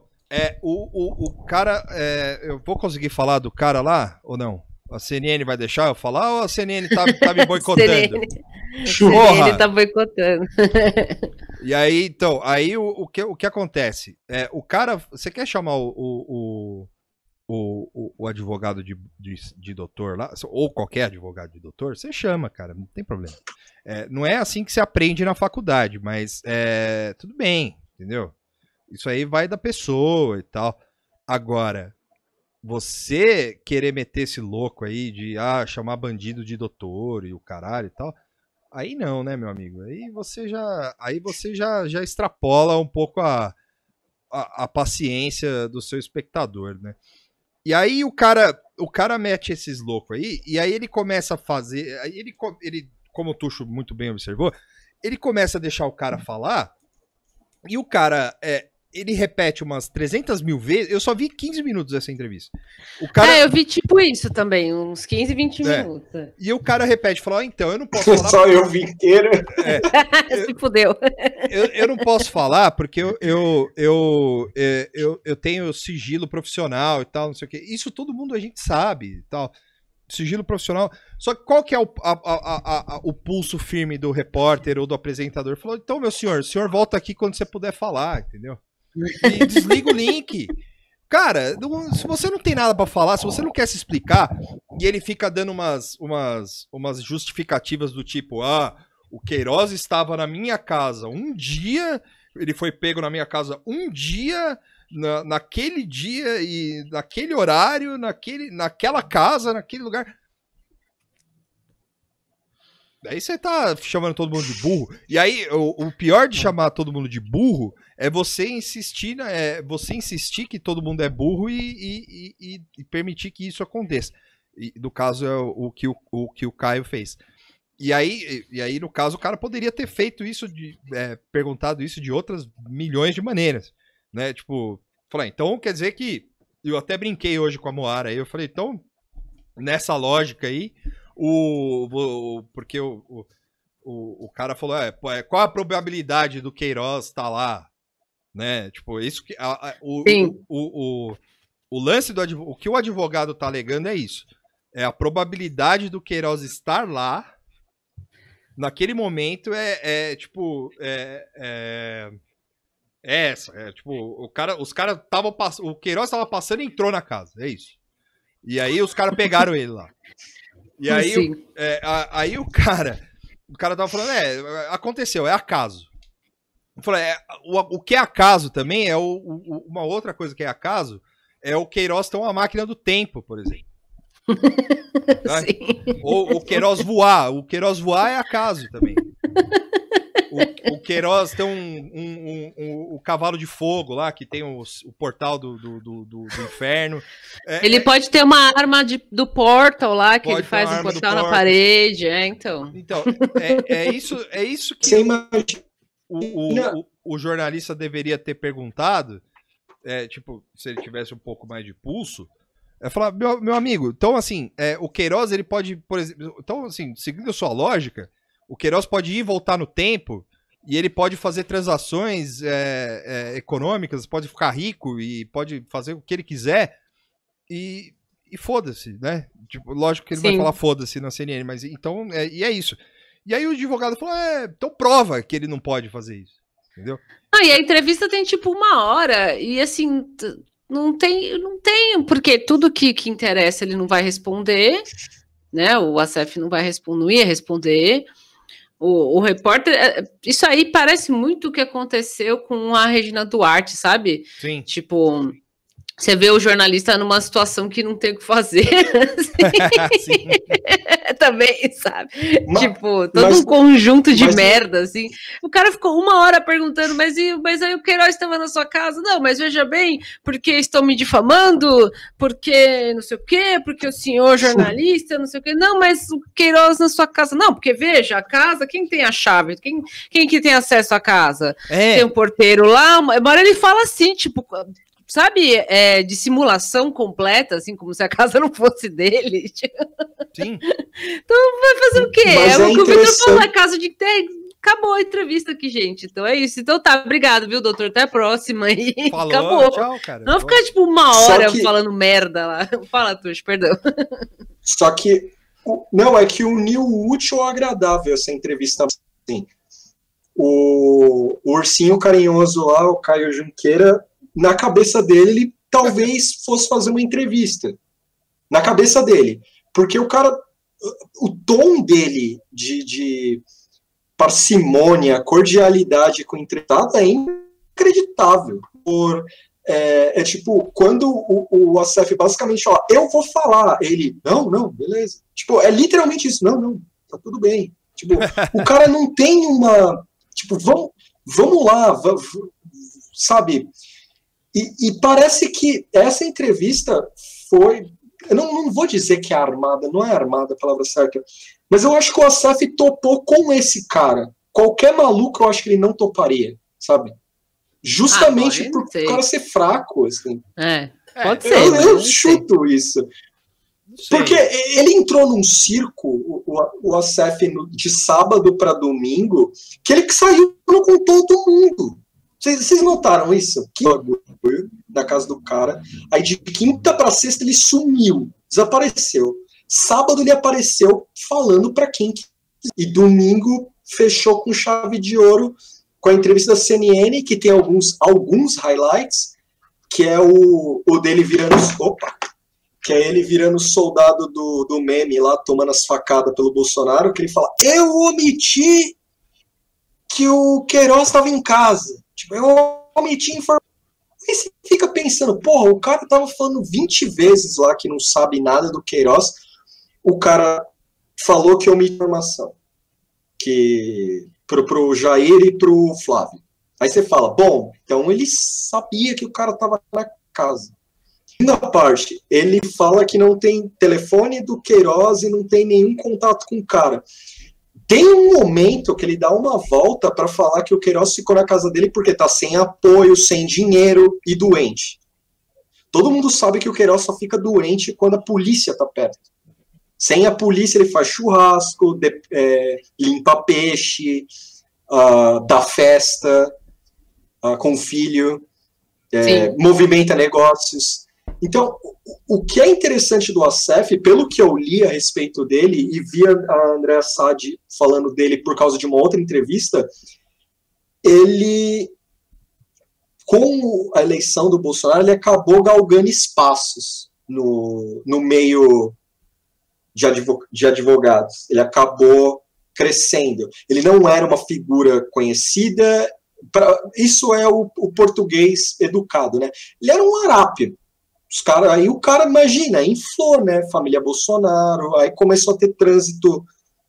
o cara... eu vou conseguir falar do cara lá, ou não? A CNN vai deixar eu falar ou a CNN tá me boicotando? CNN tá boicotando. E aí, então, o que acontece? O cara, você quer chamar o advogado de doutor lá, ou qualquer advogado de doutor, você chama, cara, não tem problema. Não é assim que se aprende na faculdade, mas tudo bem, entendeu? Isso aí vai da pessoa e tal. Agora, você querer meter esse louco aí de chamar bandido de doutor e o caralho e tal, aí não, né, meu amigo? Aí você já extrapola um pouco a paciência do seu espectador, né? E aí o cara mete esses loucos aí, e aí ele começa a fazer, aí ele como o Tuxo muito bem observou, ele começa a deixar o cara falar, e o cara ele repete umas 300 mil vezes. Eu só vi 15 minutos dessa entrevista. O cara... eu vi tipo isso também, uns 15, 20 minutos. E o cara repete, fala, então, eu não posso falar... Só eu vi inteiro. Se fudeu. Eu não posso falar porque eu tenho sigilo profissional e tal, não sei o quê. Isso todo mundo a gente sabe e tal. Sigilo profissional. Só que qual que é o pulso firme do repórter ou do apresentador? Falou, então, meu senhor, o senhor volta aqui quando você puder falar, entendeu? E desliga o link. Cara, se você não tem nada pra falar, se você não quer se explicar, e ele fica dando umas justificativas do tipo, o Queiroz estava na minha casa um dia, ele foi pego na minha casa um dia, naquele dia e naquele horário, naquela casa, naquele lugar. Aí você tá chamando todo mundo de burro. E aí, o pior de chamar todo mundo de burro é você insistir, insistir que todo mundo é burro e permitir que isso aconteça. E, no caso, é o que o Caio fez. E aí, no caso, o cara poderia ter feito isso, perguntado isso de outras milhões de maneiras. Né? Tipo, falar, então quer dizer que... Eu até brinquei hoje com a Moara aí. Eu falei, então, nessa lógica aí... Porque o cara falou, qual a probabilidade do Queiroz estar lá, né? Tipo, isso que o lance do advogado, o que o advogado tá alegando é isso, é a probabilidade do Queiroz estar lá naquele momento tipo, os caras estavam o Queiroz estava passando e entrou na casa, é isso. E aí os caras pegaram ele lá. E aí, aí o cara tava falando, aconteceu, é acaso. Eu falei, o que é acaso também uma outra coisa que é acaso, é o Queiroz ter uma máquina do tempo, por exemplo. Ou o Queiroz voar. O Queiroz voar é acaso também. O Queiroz tem o cavalo de fogo lá, que tem o portal do inferno. Ele pode ter uma arma do Portal lá, que ele faz um portal na parede. Então é isso que o jornalista deveria ter perguntado. Tipo, se ele tivesse um pouco mais de pulso. Falar, meu amigo, então assim, o Queiroz, ele pode, por exemplo, então assim, seguindo a sua lógica, o Queiroz pode ir e voltar no tempo e ele pode fazer transações econômicas, pode ficar rico e pode fazer o que ele quiser e foda-se, né? Tipo, lógico que ele vai falar foda-se na CNN, mas então, e é isso. E aí o advogado falou, então prova que ele não pode fazer isso, entendeu? E a entrevista tem tipo 1 hora e assim... Não tem, porque tudo que interessa ele não vai responder, né? O ASEF não ia responder. O repórter, isso aí parece muito o que aconteceu com a Regina Duarte, sabe? Sim. Tipo, você vê o jornalista numa situação que não tem o que fazer. Sim. também, sabe? Tipo, todo um conjunto de merda, assim. O cara ficou 1 hora perguntando, mas aí o Queiroz estava na sua casa? Não, mas veja bem, porque estão me difamando, porque não sei o quê, porque o senhor jornalista, não sei o quê. Não, mas o Queiroz na sua casa. Não, porque veja, a casa, quem tem a chave? Quem que tem acesso à casa? Tem um porteiro lá, embora ele fala assim, tipo... Sabe, de simulação completa, assim, como se a casa não fosse dele. Sim. Então vai fazer o quê? É o que o Vitor falou, é caso de... Acabou a entrevista aqui, gente. Então é isso. Então tá, obrigado, viu, doutor? Até a próxima. E falou, acabou. Tchau, cara. Não ficar, tipo, 1 hora falando merda lá. Fala, Tuxo, perdão. Só que... Não, é que uniu o útil ao agradável essa entrevista. Assim. O ursinho carinhoso lá, o Caio Junqueira... Na cabeça dele, ele talvez fosse fazer uma entrevista. Na cabeça dele. Porque o cara... O tom dele de parcimônia, cordialidade com o entrevistado é inacreditável. Tipo, quando o Assef basicamente, ó, eu vou falar. Ele, não, beleza. Tipo, é literalmente isso. Não, tá tudo bem. Tipo, o cara não tem uma... Tipo, vamos lá, sabe... E parece que essa entrevista foi... Eu não vou dizer que é armada, não é armada a palavra certa, mas eu acho que o Assef topou com esse cara. Qualquer maluco eu acho que ele não toparia, sabe? Justamente por o cara ser fraco, assim. Pode ser. Eu chuto isso. Porque ele entrou num circo, o Assef, de sábado para domingo, que ele saiu com todo mundo. Vocês notaram isso? Que bagulho na casa do cara. Aí de quinta pra sexta ele sumiu, desapareceu. Sábado ele apareceu falando pra quem quis. E domingo fechou com chave de ouro com a entrevista da CNN, que tem alguns highlights, que é o dele virando... Que é ele virando soldado do meme lá, tomando as facadas pelo Bolsonaro, que ele fala, eu omiti que o Queiroz estava em casa. Tipo, eu omiti informação. Aí você fica pensando, porra, o cara tava falando 20 vezes lá que não sabe nada do Queiroz. O cara falou que omitiu informação. Que pro Jair e pro Flávio. Aí você fala, bom, então ele sabia que o cara tava na casa. Na parte, ele fala que não tem telefone do Queiroz e não tem nenhum contato com o cara. Tem um momento que ele dá uma volta para falar que o Queiroz ficou na casa dele porque tá sem apoio, sem dinheiro e doente. Todo mundo sabe que o Queiroz só fica doente quando a polícia tá perto. Sem a polícia ele faz churrasco, limpa peixe, dá festa com o filho, movimenta negócios. Então, o que é interessante do Assef, pelo que eu li a respeito dele, e vi a Andréa Sadi falando dele por causa de uma outra entrevista, ele, com a eleição do Bolsonaro, ele acabou galgando espaços no meio de advogados. Ele acabou crescendo. Ele não era uma figura conhecida, isso é o português educado, né? Ele era um arápio. Aí o cara, imagina, inflou, né? Família Bolsonaro, aí começou a ter trânsito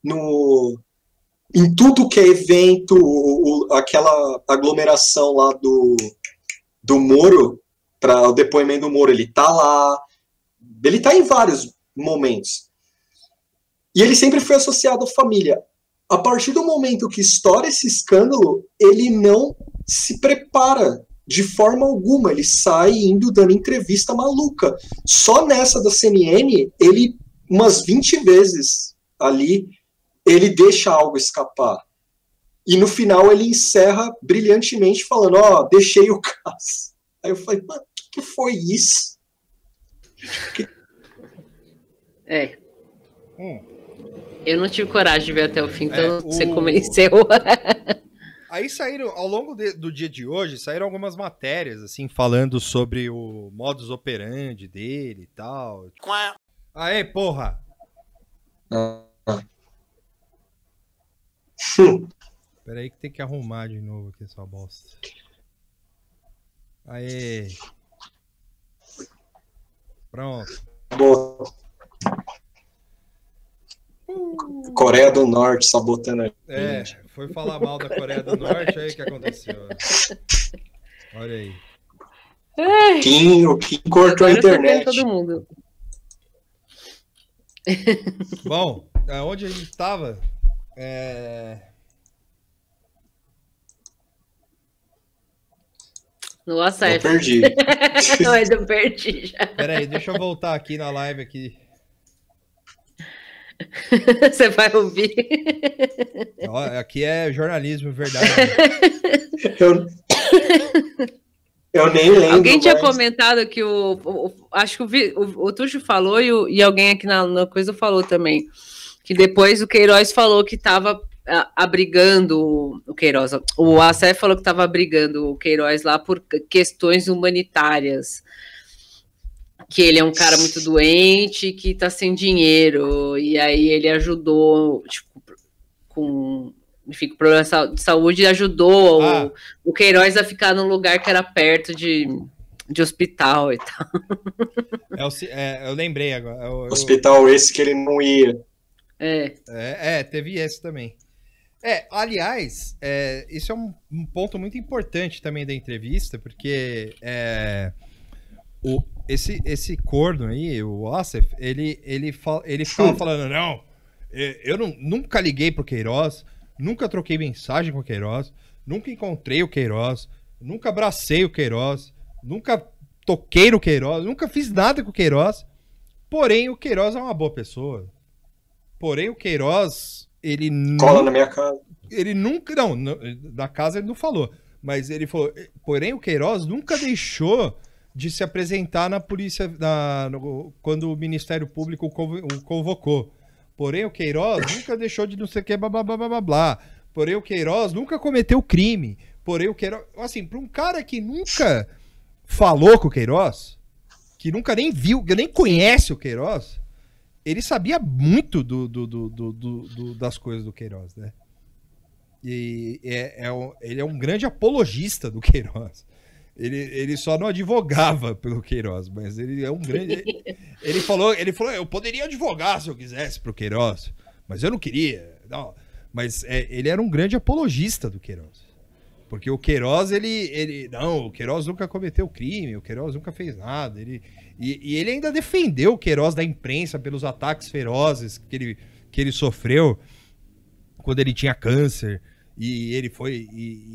em tudo que é evento, aquela aglomeração lá do Moro, para o depoimento do Moro, ele tá lá, ele tá em vários momentos. E ele sempre foi associado à família. A partir do momento que estoura esse escândalo, ele não se prepara de forma alguma, ele sai indo dando entrevista maluca. Só nessa da CNN, ele, umas 20 vezes ali, ele deixa algo escapar. E no final ele encerra brilhantemente falando, deixei o caso. Aí eu falei, mano, o que foi isso? Eu não tive coragem de ver até o fim, então você convenceu. Aí saíram, ao longo do dia de hoje, saíram algumas matérias, assim, falando sobre o modus operandi dele e tal. Aê, porra! Peraí que tem que arrumar de novo aqui essa bosta. Aê! Pronto. Boa. Coreia do Norte sabotando a gente. Foi falar mal da Coreia do Norte, aí o que aconteceu? Olha aí. O Kim cortou a internet. Todo mundo. Bom, onde a gente estava? No acesso. Eu perdi. Mas eu perdi já. Peraí, deixa eu voltar aqui na live aqui. Você vai ouvir. Aqui é jornalismo, verdade. Eu nem lembro. Alguém tinha comentado que acho que o Tuxo falou e alguém aqui na coisa falou também. Que depois o Queiroz falou que estava abrigando o Queiroz. O ACF falou que estava abrigando o Queiroz lá por questões humanitárias. Que ele é um cara muito doente, que tá sem dinheiro, e aí ele ajudou, tipo, com problema de saúde, e ajudou o Queiroz a ficar num lugar que era perto de hospital e tal. Eu lembrei agora. Hospital esse que ele não ia. Teve esse também. Aliás, isso é um ponto muito importante também da entrevista, porque esse corno aí, o Assef, ele ficava falando, não, eu nunca liguei pro Queiroz, nunca troquei mensagem com o Queiroz, nunca encontrei o Queiroz, nunca abracei o Queiroz, nunca toquei no Queiroz, nunca fiz nada com o Queiroz, porém o Queiroz é uma boa pessoa. Porém o Queiroz, ele cola na minha casa. Ele nunca, não, na casa ele não falou, mas ele falou, porém o Queiroz nunca deixou de se apresentar na polícia quando o Ministério Público o convocou. Porém, o Queiroz nunca deixou de não sei o que, blá, blá, blá, blá, blá. Porém, o Queiroz nunca cometeu crime. Porém, o Queiroz... Assim, para um cara que nunca falou com o Queiroz, que nunca nem viu, que nem conhece o Queiroz, ele sabia muito das coisas do Queiroz, né? E ele é um grande apologista do Queiroz. Ele só não advogava pelo Queiroz, mas ele é um grande... Ele falou, eu poderia advogar se eu quisesse pro Queiroz, mas eu não queria. Não. Mas ele era um grande apologista do Queiroz. Porque o Queiroz, o Queiroz nunca cometeu crime, o Queiroz nunca fez nada. E ele ainda defendeu o Queiroz da imprensa pelos ataques ferozes que ele sofreu quando ele tinha câncer. E ele foi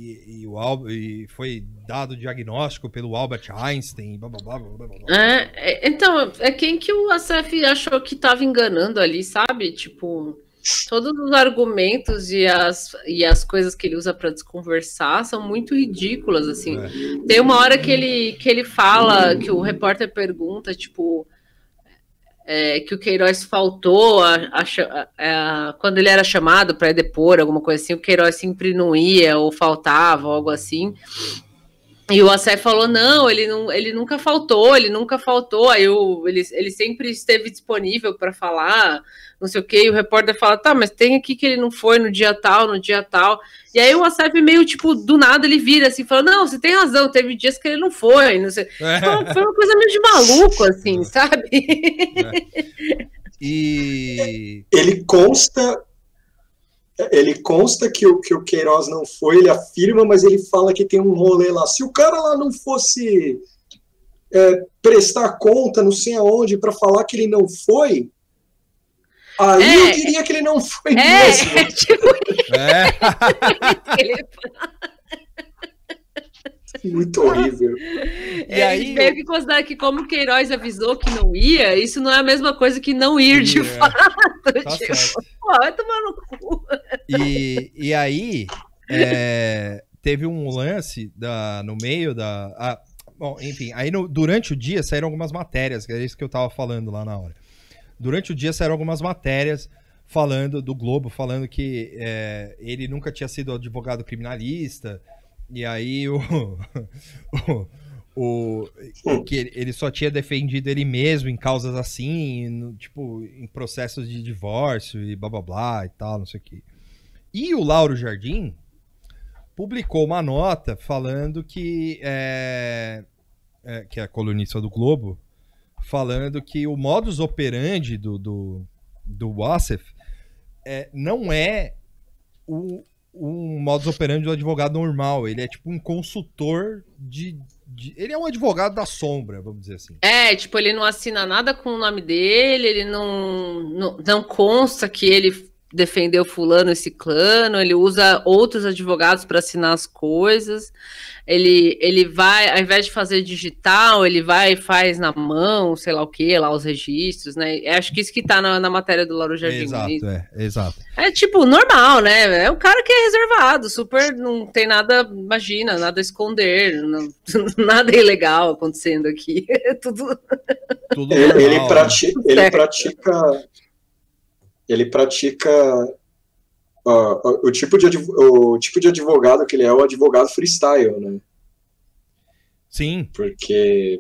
foi dado diagnóstico pelo Albert Einstein, blá, blá, blá, blá, blá. Então, quem que o ACF achou que estava enganando ali, sabe? Tipo, todos os argumentos e as coisas que ele usa para desconversar são muito ridículas, assim. Tem uma hora que ele fala, que o repórter pergunta, tipo... que o Queiroz faltou quando ele era chamado para depor, alguma coisa assim, o Queiroz sempre não ia, ou faltava, ou algo assim. E o ACF falou, não, ele nunca faltou. Aí ele sempre esteve disponível para falar, não sei o quê, e o repórter fala, tá, mas tem aqui que ele não foi no dia tal. E aí o ACF meio, tipo, do nada ele vira assim, fala, não, você tem razão, teve dias que ele não foi, não sei. Foi uma coisa meio de maluco, assim, sabe? E ele consta que o Queiroz não foi, ele afirma, mas ele fala que tem um rolê lá. Se o cara lá não fosse prestar conta, não sei aonde, para falar que ele não foi, aí eu diria que ele não foi mesmo. Tipo... Muito horrível. E aí meio que considera que como o Queiroz avisou que não ia, isso não é a mesma coisa que não ir de fato. Tá tipo, vai tomar no cu. E aí teve um lance no meio da... bom, enfim, aí durante o dia saíram algumas matérias, que é isso que eu tava falando lá na hora. Durante o dia saíram algumas matérias do Globo, falando que ele nunca tinha sido advogado criminalista, e aí que ele só tinha defendido ele mesmo em causas assim, tipo, em processos de divórcio e blá blá blá e tal, não sei o quê. E o Lauro Jardim publicou uma nota falando que é colunista do Globo, falando que o modus operandi do Wassef não é um modus operandi do advogado normal. Ele é tipo um consultor ele é um advogado da sombra, vamos dizer assim. Tipo, ele não assina nada com o nome dele, ele não consta que ele defendeu fulano e ciclano, ele usa outros advogados para assinar as coisas, ele vai, ao invés de fazer digital, ele vai e faz na mão, sei lá o que, lá os registros, né? Acho que isso que tá na matéria do Lauro Jardim. Exato. É tipo, normal, né? É um cara que é reservado, super, não tem nada, imagina, nada a esconder, nada ilegal acontecendo aqui. Tudo Ele pratica o tipo de advogado que ele é o advogado freestyle, né? Sim. Porque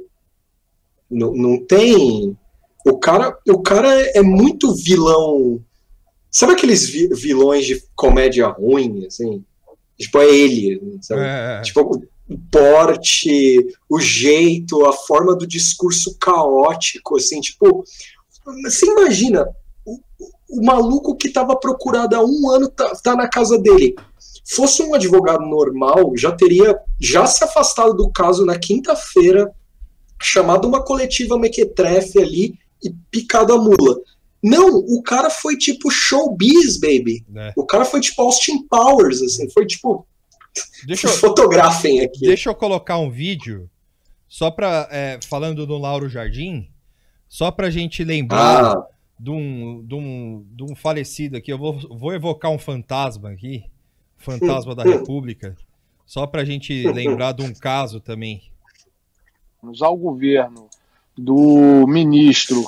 não tem... O cara é muito vilão. Sabe aqueles vilões de comédia ruim, assim? Tipo, é ele, sabe? Tipo, o porte, o jeito, a forma do discurso caótico, assim, tipo... Você imagina... O maluco que estava procurado há 1 ano tá na casa dele. Fosse um advogado normal, já se afastado do caso na quinta-feira, chamado uma coletiva mequetrefe ali e picado a mula. Não, o cara foi tipo showbiz, baby. O cara foi tipo Austin Powers, assim, foi tipo... Fotografem aqui. Deixa eu colocar um vídeo, só pra... falando do Lauro Jardim, só pra gente lembrar... De um falecido aqui, eu vou evocar um fantasma aqui, fantasma da República, só para a gente lembrar de um caso também. Ao governo do ministro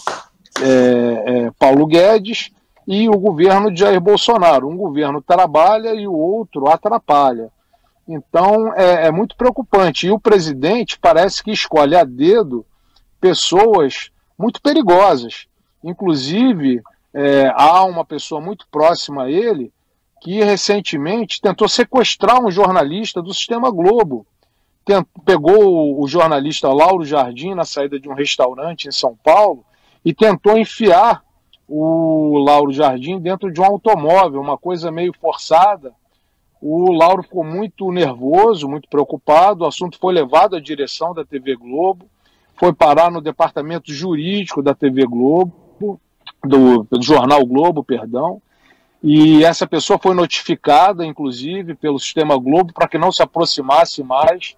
Paulo Guedes e o governo de Jair Bolsonaro. Um governo trabalha e o outro atrapalha. Então é muito preocupante. E o presidente parece que escolhe a dedo pessoas muito perigosas. Inclusive, há uma pessoa muito próxima a ele que recentemente tentou sequestrar um jornalista do Sistema Globo. Pegou o jornalista Lauro Jardim na saída de um restaurante em São Paulo e tentou enfiar o Lauro Jardim dentro de um automóvel, uma coisa meio forçada. O Lauro ficou muito nervoso, muito preocupado, o assunto foi levado à direção da TV Globo, foi parar no departamento jurídico da TV Globo, do Jornal Globo, perdão, e essa pessoa foi notificada, inclusive, pelo Sistema Globo para que não se aproximasse mais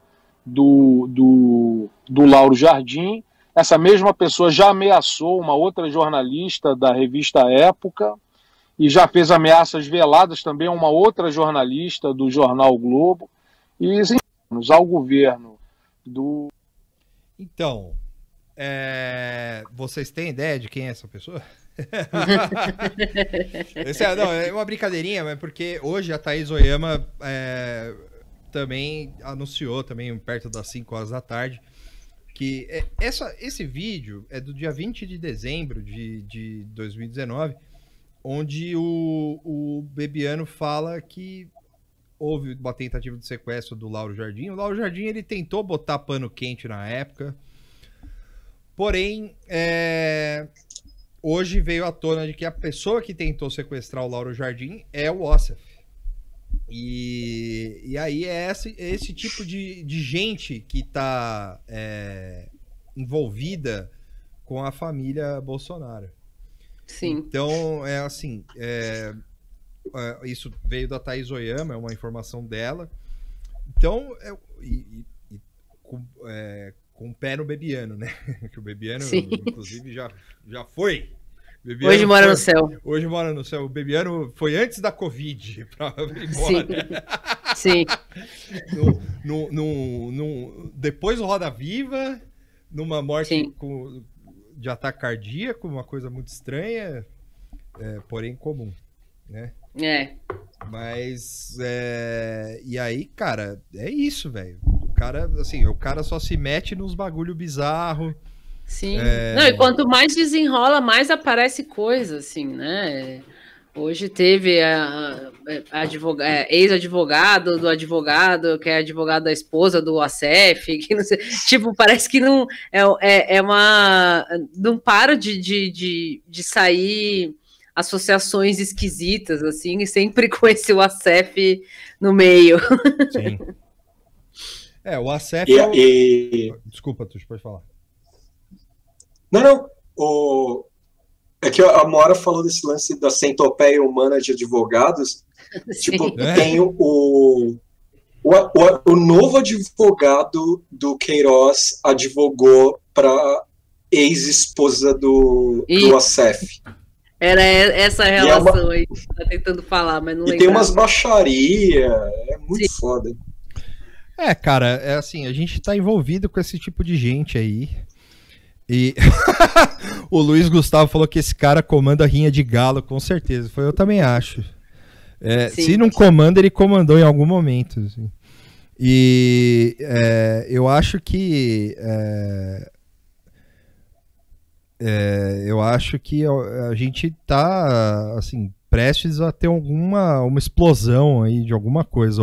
do Lauro Jardim. Essa mesma pessoa já ameaçou uma outra jornalista da revista Época e já fez ameaças veladas também a uma outra jornalista do Jornal Globo. E ao governo do... Então, vocês têm ideia de quem é essa pessoa? Não, é uma brincadeirinha, mas porque hoje a Thaís Oyama também anunciou, também perto das 5 horas da tarde, que esse vídeo é do dia 20 de dezembro de 2019, onde o Bebiano fala que houve uma tentativa de sequestro do Lauro Jardim. O Lauro Jardim, ele tentou botar pano quente na época, porém, hoje veio à tona de que a pessoa que tentou sequestrar o Lauro Jardim é o Ossef. E aí é esse tipo de gente que está envolvida com a família Bolsonaro. Sim. Então, isso veio da Thaís Oyama, é uma informação dela. Então, com o pé no Bebiano, né? Que o Bebiano, sim, inclusive, já foi. Bebiano hoje mora no céu. Hoje mora no céu. O Bebiano foi antes da Covid para ir embora. Sim. Depois do Roda Viva, numa morte de ataque cardíaco, uma coisa muito estranha, porém comum, né? Mas, e aí, cara, é isso, velho. O cara só se mete nos bagulho bizarro. Sim. Não, e quanto mais desenrola, mais aparece coisa, assim, né? Hoje teve ex-advogado do advogado, que é advogado da esposa do Ossef, que não sei, tipo, parece que não não para de sair associações esquisitas, assim, e sempre com esse Wassef no meio. Sim. O Wassef... Desculpa, tu pode falar. Não. É que a Mora falou desse lance da centopeia humana de advogados. Tipo, tem o novo advogado do Queiroz advogou para ex-esposa do Wassef. Era essa relação aí que eu tava tentando falar, mas não lembro. E tem umas baixarias, é muito foda. Cara, é assim, a gente tá envolvido com esse tipo de gente aí. E o Luiz Gustavo falou que esse cara comanda a rinha de galo, com certeza. Eu também acho. Se não comanda, ele comandou em algum momento. Assim. E eu acho que a gente tá assim, prestes a ter uma explosão aí de alguma coisa.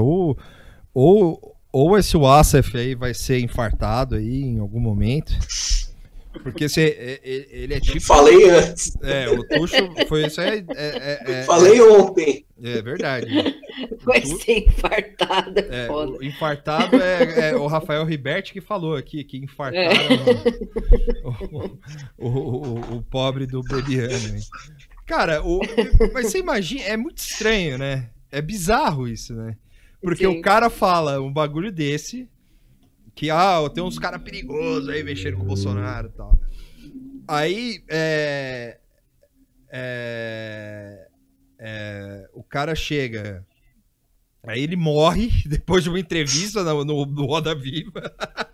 Ou esse Wassef aí vai ser infartado aí em algum momento. Porque ele é tipo... Falei antes. O Tuxo foi isso aí. Falei ontem. É verdade. Vai ser infartado, é foda. O infartado é o Rafael Riberti que falou aqui, que infartaram o pobre do Bebiano. Cara, mas você imagina, é muito estranho, né? É bizarro isso, né? Porque o cara fala um bagulho desse... Que, tem uns caras perigosos aí mexendo com o Bolsonaro e tal. Aí, o cara chega, aí ele morre depois de uma entrevista no Roda Viva.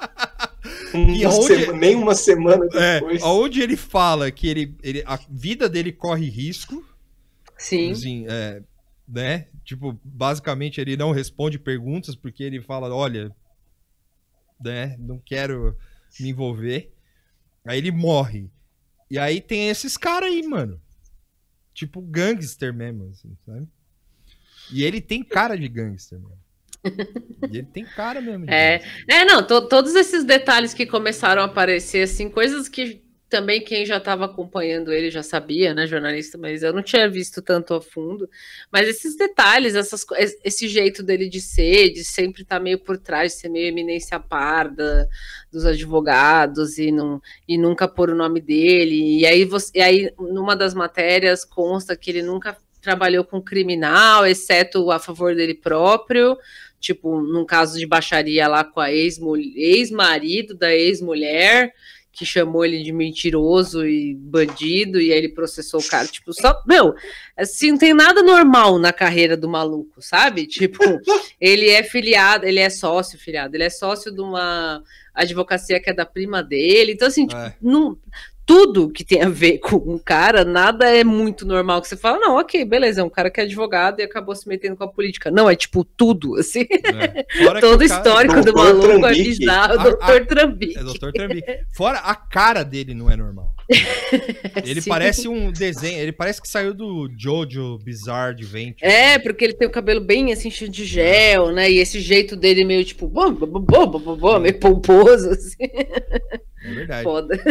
Nem uma semana depois. Onde ele fala que a vida dele corre risco. Sim. Assim, né? Tipo, basicamente ele não responde perguntas porque ele fala, olha... Né? Não quero me envolver. Aí ele morre. E aí tem esses caras aí, mano. Tipo gangster mesmo, assim, sabe? E ele tem cara de gangster mesmo. E ele tem cara mesmo de gangster. Todos esses detalhes que começaram a aparecer, assim, coisas que também quem já estava acompanhando ele já sabia, né, jornalista, mas eu não tinha visto tanto a fundo. Mas esses detalhes, esse jeito dele de sempre estar meio por trás, de ser meio eminência parda dos advogados e nunca pôr o nome dele. E aí, numa das matérias consta que ele nunca trabalhou com criminal, exceto a favor dele próprio, tipo, num caso de baixaria lá com a ex-marido da ex-mulher, que chamou ele de mentiroso e bandido, e aí ele processou o cara, tipo, assim, não tem nada normal na carreira do maluco, sabe? Tipo, ele é sócio de uma advocacia que é da prima dele, então assim, tipo, tudo que tem a ver com um cara, nada é muito normal, que você fala, não, ok, beleza, é um cara que é advogado e acabou se metendo com a política. Não, é tipo tudo, assim. Todo o histórico do maluco é bizarro, Dr. Trambique. É Dr. Trambique. Fora a cara dele não é normal. Ele parece um desenho, ele parece que saiu do Jojo Bizarre Adventure. Porque ele tem o cabelo bem assim, cheio de gel, né, e esse jeito dele meio tipo, meio pomposo, assim. É verdade. Foda.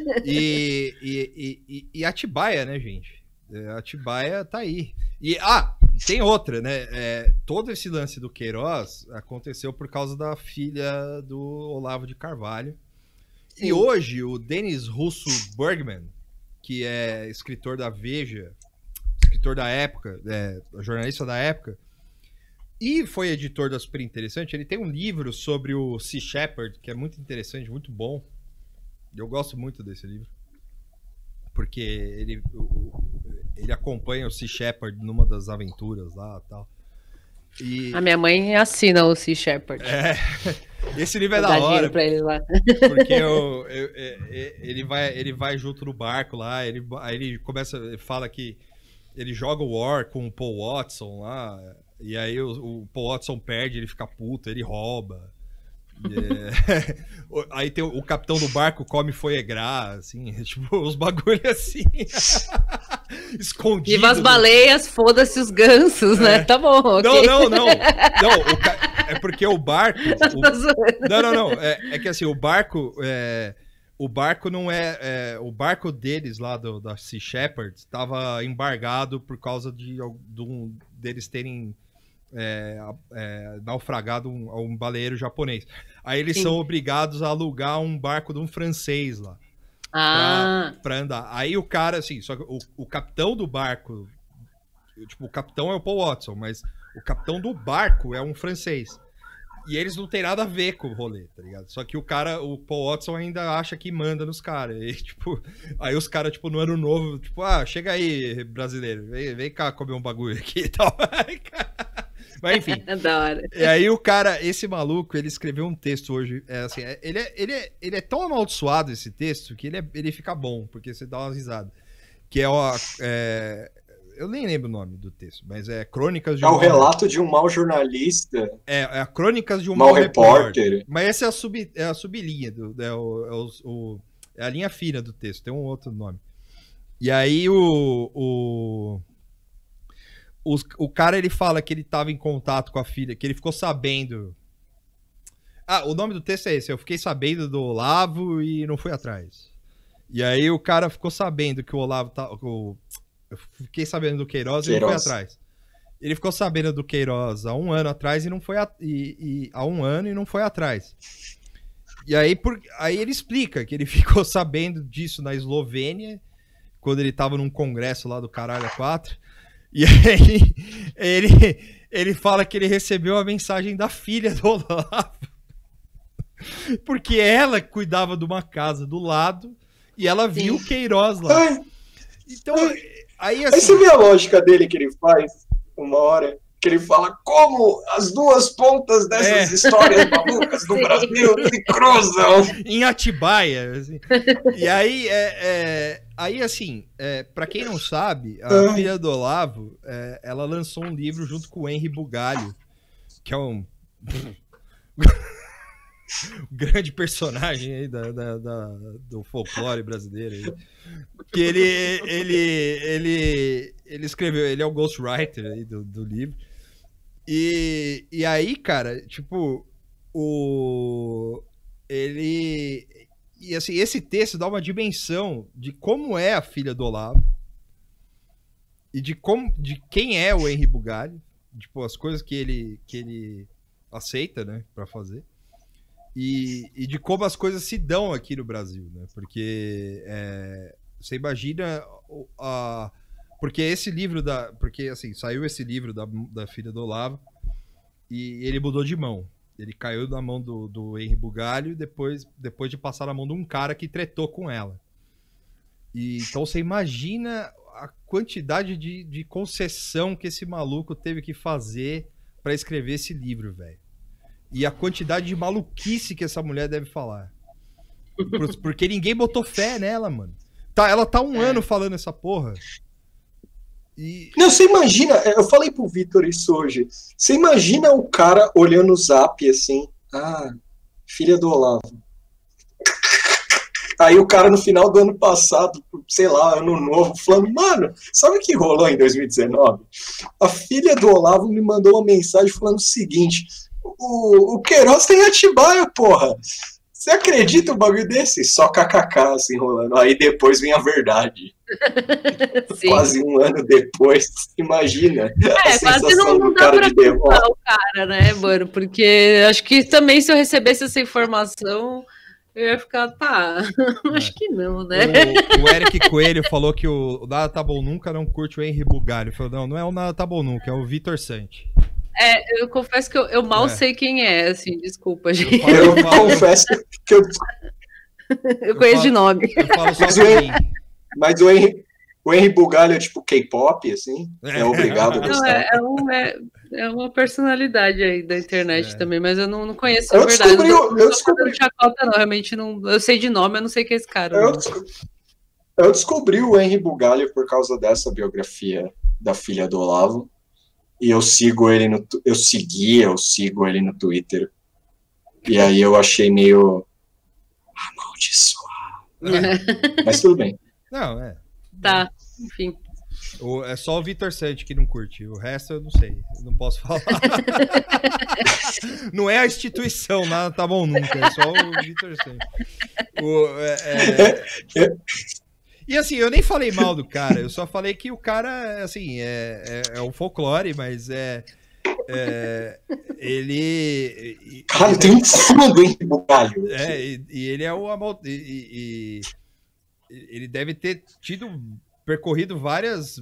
E Atibaia, né, gente? Atibaia tá aí. E, tem outra, né? Todo esse lance do Queiroz aconteceu por causa da filha do Olavo de Carvalho. Sim. E hoje o Denis Russo Bergman, que é escritor da Veja, escritor da época, jornalista da época, e foi editor da Super Interessante, ele tem um livro sobre o Sea Shepherd, que é muito interessante, muito bom. Eu gosto muito desse livro, porque ele acompanha o Sea Shepherd numa das aventuras lá e tal. A minha mãe assina o Sea Shepherd. Esse livro é da hora. Pra ele lá. Porque ele vai junto no barco lá, aí ele fala que ele joga o War com o Paul Watson lá, e aí o Paul Watson perde, ele fica puto, ele rouba. Aí tem o capitão do barco come foie gras, assim, tipo, os bagulhos assim. Escondido. Viva as baleias, foda-se os gansos, né? Tá bom, ok. Não. É porque o barco. Não. É que assim, o barco. o barco não o barco deles lá da Sea Shepherd estava embargado por causa deles terem naufragado um baleeiro japonês. Aí eles são obrigados a alugar um barco de um francês lá pra andar. Aí o cara, assim, só que o capitão do barco, tipo, o capitão é o Paul Watson, mas o capitão do barco é um francês. E eles não tem nada a ver com o rolê, tá ligado? Só que o Paul Watson ainda acha que manda nos caras. E, tipo, aí os caras, tipo, no ano novo, tipo, chega aí, brasileiro, vem cá comer um bagulho aqui e tal. Mas enfim. É da hora. E aí o cara, esse maluco, ele escreveu um texto hoje, assim, ele é tão amaldiçoado esse texto que ele fica bom, porque você dá umas risadas. Que eu nem lembro o nome do texto, mas é Crônicas de um... É o relato de um mau jornalista. É a Crônicas de um mau repórter. Mas essa é a sublinha, é a linha fina do texto, tem um outro nome. E aí o cara, ele fala que ele estava em contato com a filha, que ele ficou sabendo... o nome do texto é esse, eu fiquei sabendo do Olavo e não fui atrás. E aí o cara ficou sabendo que o Olavo eu fiquei sabendo do Queiroz e não foi atrás. Ele ficou sabendo do Queiroz há um ano atrás e não foi há um ano e não foi atrás. E aí, aí ele explica que ele ficou sabendo disso na Eslovênia, quando ele tava num congresso lá do Caralho 4. E aí ele fala que ele recebeu a mensagem da filha do Olavo. Porque ela cuidava de uma casa do lado e ela viu o Queiroz lá. Então... Aí você vê a lógica dele que ele faz uma hora, que ele fala como as duas pontas dessas histórias malucas do Brasil se cruzam. Em Atibaia. Assim. E aí, assim, pra quem não sabe, a filha do Olavo, ela lançou um livro junto com o Henry Bugalho, que é um grande personagem aí do folclore brasileiro aí. Que ele escreveu, ele é o ghostwriter aí do livro. E aí, cara, tipo, e assim, esse texto dá uma dimensão de como é a filha do Olavo e de quem é o Henry Bugalho, tipo, as coisas que ele aceita, né, pra fazer. E de como as coisas se dão aqui no Brasil, né? Porque você imagina porque esse livro porque assim, saiu esse livro da filha do Olavo e ele mudou de mão. Ele caiu na mão do Henry Bugalho depois de passar na mão de um cara que tretou com ela. E então você imagina a quantidade de concessão que esse maluco teve que fazer para escrever esse livro, velho. E a quantidade de maluquice que essa mulher deve falar. Porque ninguém botou fé nela, mano. Ela tá um ano falando essa porra. Não, você imagina, eu falei pro Vitor isso hoje. Você imagina o cara olhando o zap assim, filha do Olavo. Aí o cara no final do ano passado, sei lá, ano novo, falando, mano, sabe o que rolou em 2019? A filha do Olavo me mandou uma mensagem falando o seguinte: o Queiroz tem Atibaia, porra. Você acredita um bagulho desse? Só kkk, assim, rolando. Aí depois vem a verdade. Quase um ano depois, imagina. A sensação do cara de derrota. O cara, né, mano? Porque acho que também se eu recebesse essa informação, eu ia ficar, acho que não, né? O Eric Coelho falou que o Nada Tá Bom Nunca não curte o Henry Bugalho. Ele falou, não é o Nada Tá Bom Nunca, é o Vitor Santi. Eu confesso que eu mal sei quem é, assim, desculpa, gente. Eu confesso que eu conheço de nome. Eu falo só mas o Henry Bugalho é tipo K-pop, assim? É obrigado a gostar. É uma personalidade aí da internet também, mas eu não conheço a verdade. Eu descobri. Chacota, não, realmente não. Eu sei de nome, eu não sei quem é esse cara. Eu descobri o Henry Bugalho por causa dessa biografia da filha do Olavo. E eu sigo ele eu sigo ele no Twitter. E aí eu achei meio amaldiçoado. Mas tudo bem. Não, Tá, enfim. É só o Vitor Santi que não curte. O resto eu não sei. Eu não posso falar. Não é a instituição, Nada Tá Bom Nunca. É só o Vitor Santi. E assim, eu nem falei mal do cara, eu só falei que o cara, assim, é um folclore, mas ele... Cara, tem um fundo, hein, Bugalho? E ele é o... ele deve ter percorrido várias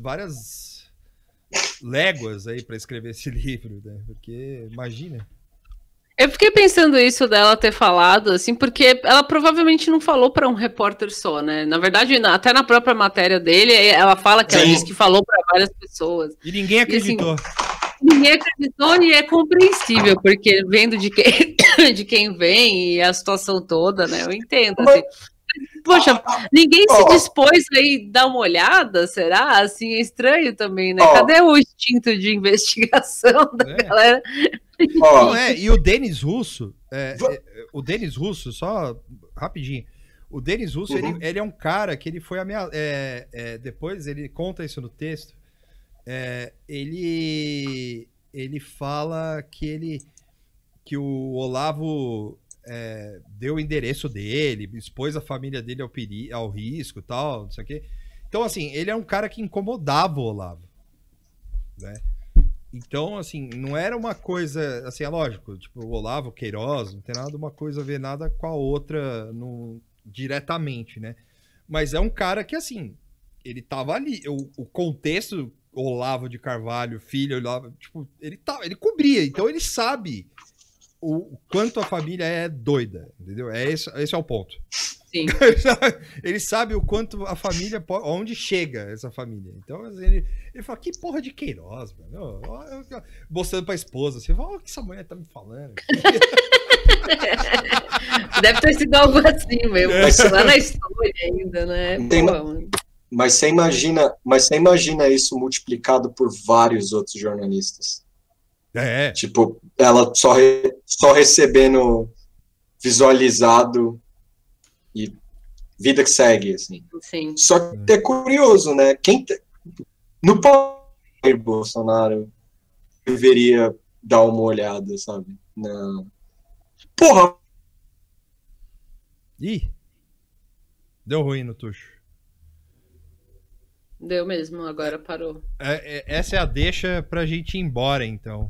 léguas aí para escrever esse livro, né? Porque, imagina... Eu fiquei pensando isso dela ter falado, assim, porque ela provavelmente não falou para um repórter só, né? Na verdade, até na própria matéria dele, ela fala que ela disse que falou para várias pessoas. E ninguém acreditou. E, assim, ninguém acreditou e é compreensível, porque vendo de quem vem e a situação toda, né? Eu entendo, assim. Poxa, ninguém se dispôs aí dar uma olhada, será? Assim, é estranho também, né? Cadê o instinto de investigação da galera? E o Denis Russo, só rapidinho, o Denis Russo, ele é um cara que ele foi depois ele conta isso no texto, ele fala que o Olavo deu o endereço dele, expôs a família dele ao risco e tal, não sei o quê. Então, assim, ele é um cara que incomodava o Olavo, né? Então, assim, não era uma coisa, assim, é lógico, tipo, o Olavo, o Queiroz, não tem nada uma coisa a ver nada com a outra diretamente, né? Mas é um cara que, assim, ele tava ali, o contexto Olavo de Carvalho, filho, Olavo, tipo, ele cobria, então ele sabe o quanto a família é doida, entendeu? Esse é o ponto. Sim. Ele sabe o quanto a família, onde chega essa família. Então, assim, ele fala, que porra de Queiroz, mano? Mostrando pra esposa, assim, olha o que essa mulher tá me falando. Deve ter sido algo assim mesmo, lá na história ainda, né? Mas você imagina isso multiplicado por vários outros jornalistas. Tipo, ela só recebendo visualizado e vida que segue, assim. Sim. Só que é curioso, né? No Bolsonaro deveria dar uma olhada, sabe? Porra! Ih! Deu ruim no Tuxo. Deu mesmo, agora parou. Essa é a deixa pra gente ir embora, então.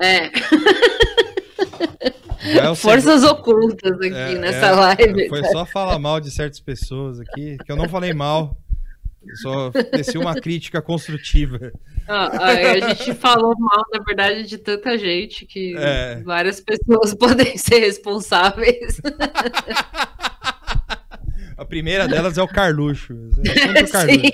Forças ocultas aqui nessa live. Foi só falar mal de certas pessoas aqui, que eu não falei mal. Só teci uma crítica construtiva. A gente falou mal, na verdade, de tanta gente que várias pessoas podem ser responsáveis. A primeira delas é o Carluxo. Sim.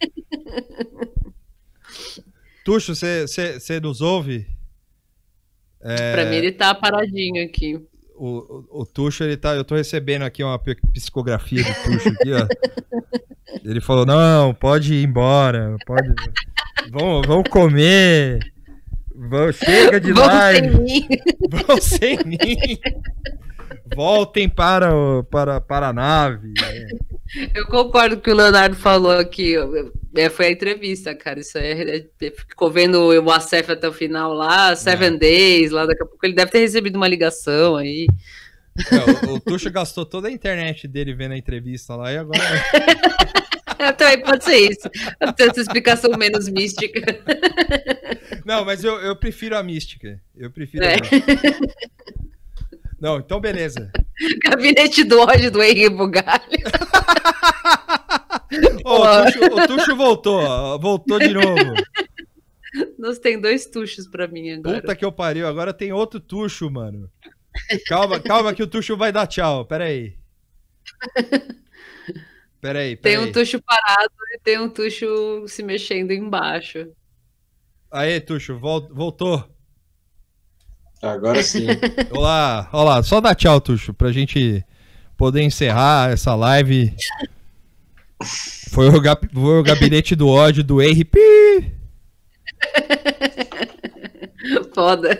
Tuxo, você nos ouve? Pra mim ele tá paradinho aqui. O Tuxo, eu tô recebendo aqui uma psicografia do Tuxo aqui, ó. Ele falou, não, pode ir embora, vamos comer, chega de live, vão sem mim, voltem para a nave. Eu concordo com o que o Leonardo falou aqui, foi a entrevista, cara, isso ficou vendo o Acef até o final lá, 7 Days, lá daqui a pouco ele deve ter recebido uma ligação aí. O Tuxo gastou toda a internet dele vendo a entrevista lá e agora... Também pode ser isso. Tem essa explicação menos mística. Não, mas eu prefiro a mística. Eu prefiro a mística. Não, então beleza. Gabinete do ódio do Henrique Bugalho. O Tuxo voltou de novo. Nós tem 2 Tuxos pra mim agora. Puta que eu pariu, agora tem outro Tuxo, mano. Calma que o Tuxo vai dar tchau, peraí. Tem um Tuxo parado e tem um Tuxo se mexendo embaixo. Aê, Tuxo, voltou. Agora sim. Olá, só dá tchau, Tuxo, pra gente poder encerrar essa live. Foi o gabinete do ódio do Henrique. Foda.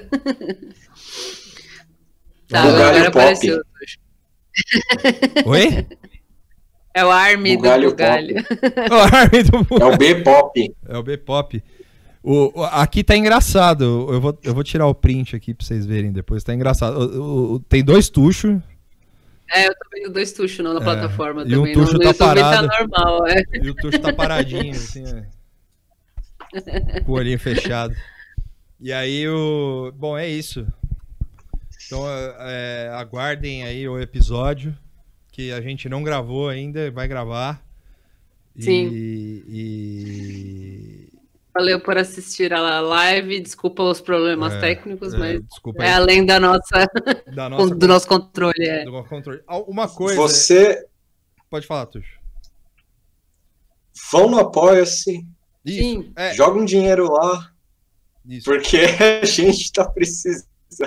Tá, agora apareceu o Tuxo. Oi? É o Army do Bugalho. É o B-Pop. É o B-Pop. Aqui tá engraçado. Eu vou tirar o print aqui pra vocês verem depois. Tá engraçado. Tem 2 Tuxos. Eu tô vendo 2 tuchos na plataforma e também. E o tucho tá parado. Tá normal, E o tucho tá paradinho, assim, com o olhinho fechado. E aí, bom, é isso. Então, aguardem aí o episódio, que a gente não gravou ainda, vai gravar. Sim. E... Valeu por assistir a live, desculpa os problemas técnicos, mas é além do nosso controle. Do nosso controle. Uma coisa... Pode falar, Tuxo. Vão no Apoia-se, joga um dinheiro lá, porque a gente tá precisando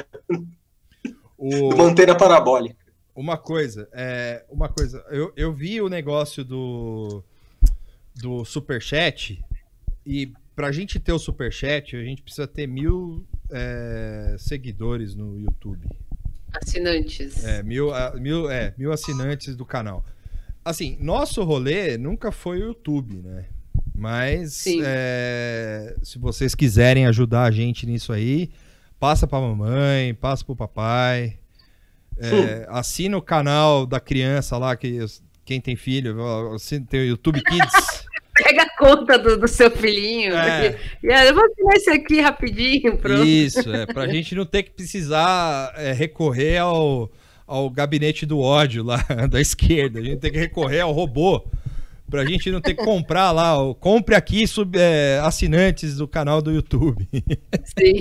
manter a parabólica. Uma coisa, eu vi o negócio do Superchat, e pra gente ter o Superchat, a gente precisa ter 1000 seguidores no YouTube. Assinantes. 1000 assinantes do canal. Assim, nosso rolê nunca foi o YouTube, né? Mas se vocês quiserem ajudar a gente nisso aí, passa pra mamãe, passa pro papai. Assina o canal da criança lá, quem tem filho, tem o YouTube Kids. Pega a conta do seu filhinho. Eu vou assinar isso aqui rapidinho. Pronto. Isso, pra gente não ter que precisar recorrer ao gabinete do ódio lá da esquerda. A gente tem que recorrer ao robô. Pra gente não ter que comprar lá. Compre aqui assinantes do canal do YouTube. Sim.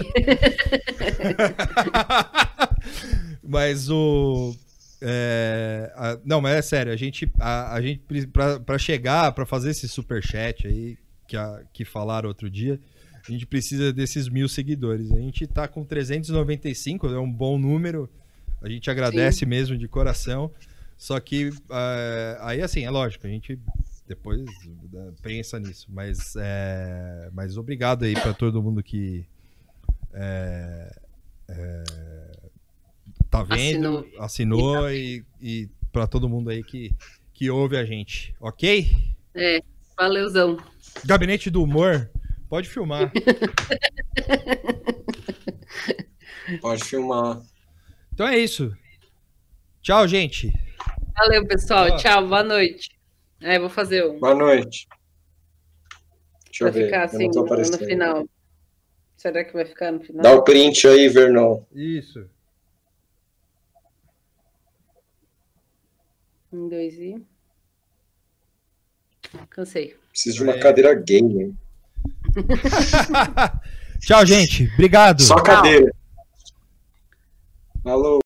Mas não, mas é sério, a gente para chegar, para fazer esse superchat aí que falaram outro dia, a gente precisa desses 1000 seguidores. A gente tá com 395, é um bom número. A gente agradece mesmo de coração. Só que aí assim, é lógico, a gente depois pensa nisso, mas obrigado aí para todo mundo que tá vendo, assinou e para todo mundo aí que ouve a gente, ok? Valeuzão. Gabinete do Humor, pode filmar. Pode filmar. Então é isso. Tchau, gente. Valeu, pessoal. Tchau, boa noite. Vou fazer um. Boa noite. Deixa eu ver. Ficar assim no final. Será que vai ficar no final? Dá o print aí, Vernon. Isso. 1, 2 e... Cansei. Preciso de uma cadeira game. Tchau, gente. Obrigado. Só cadeira. Alô.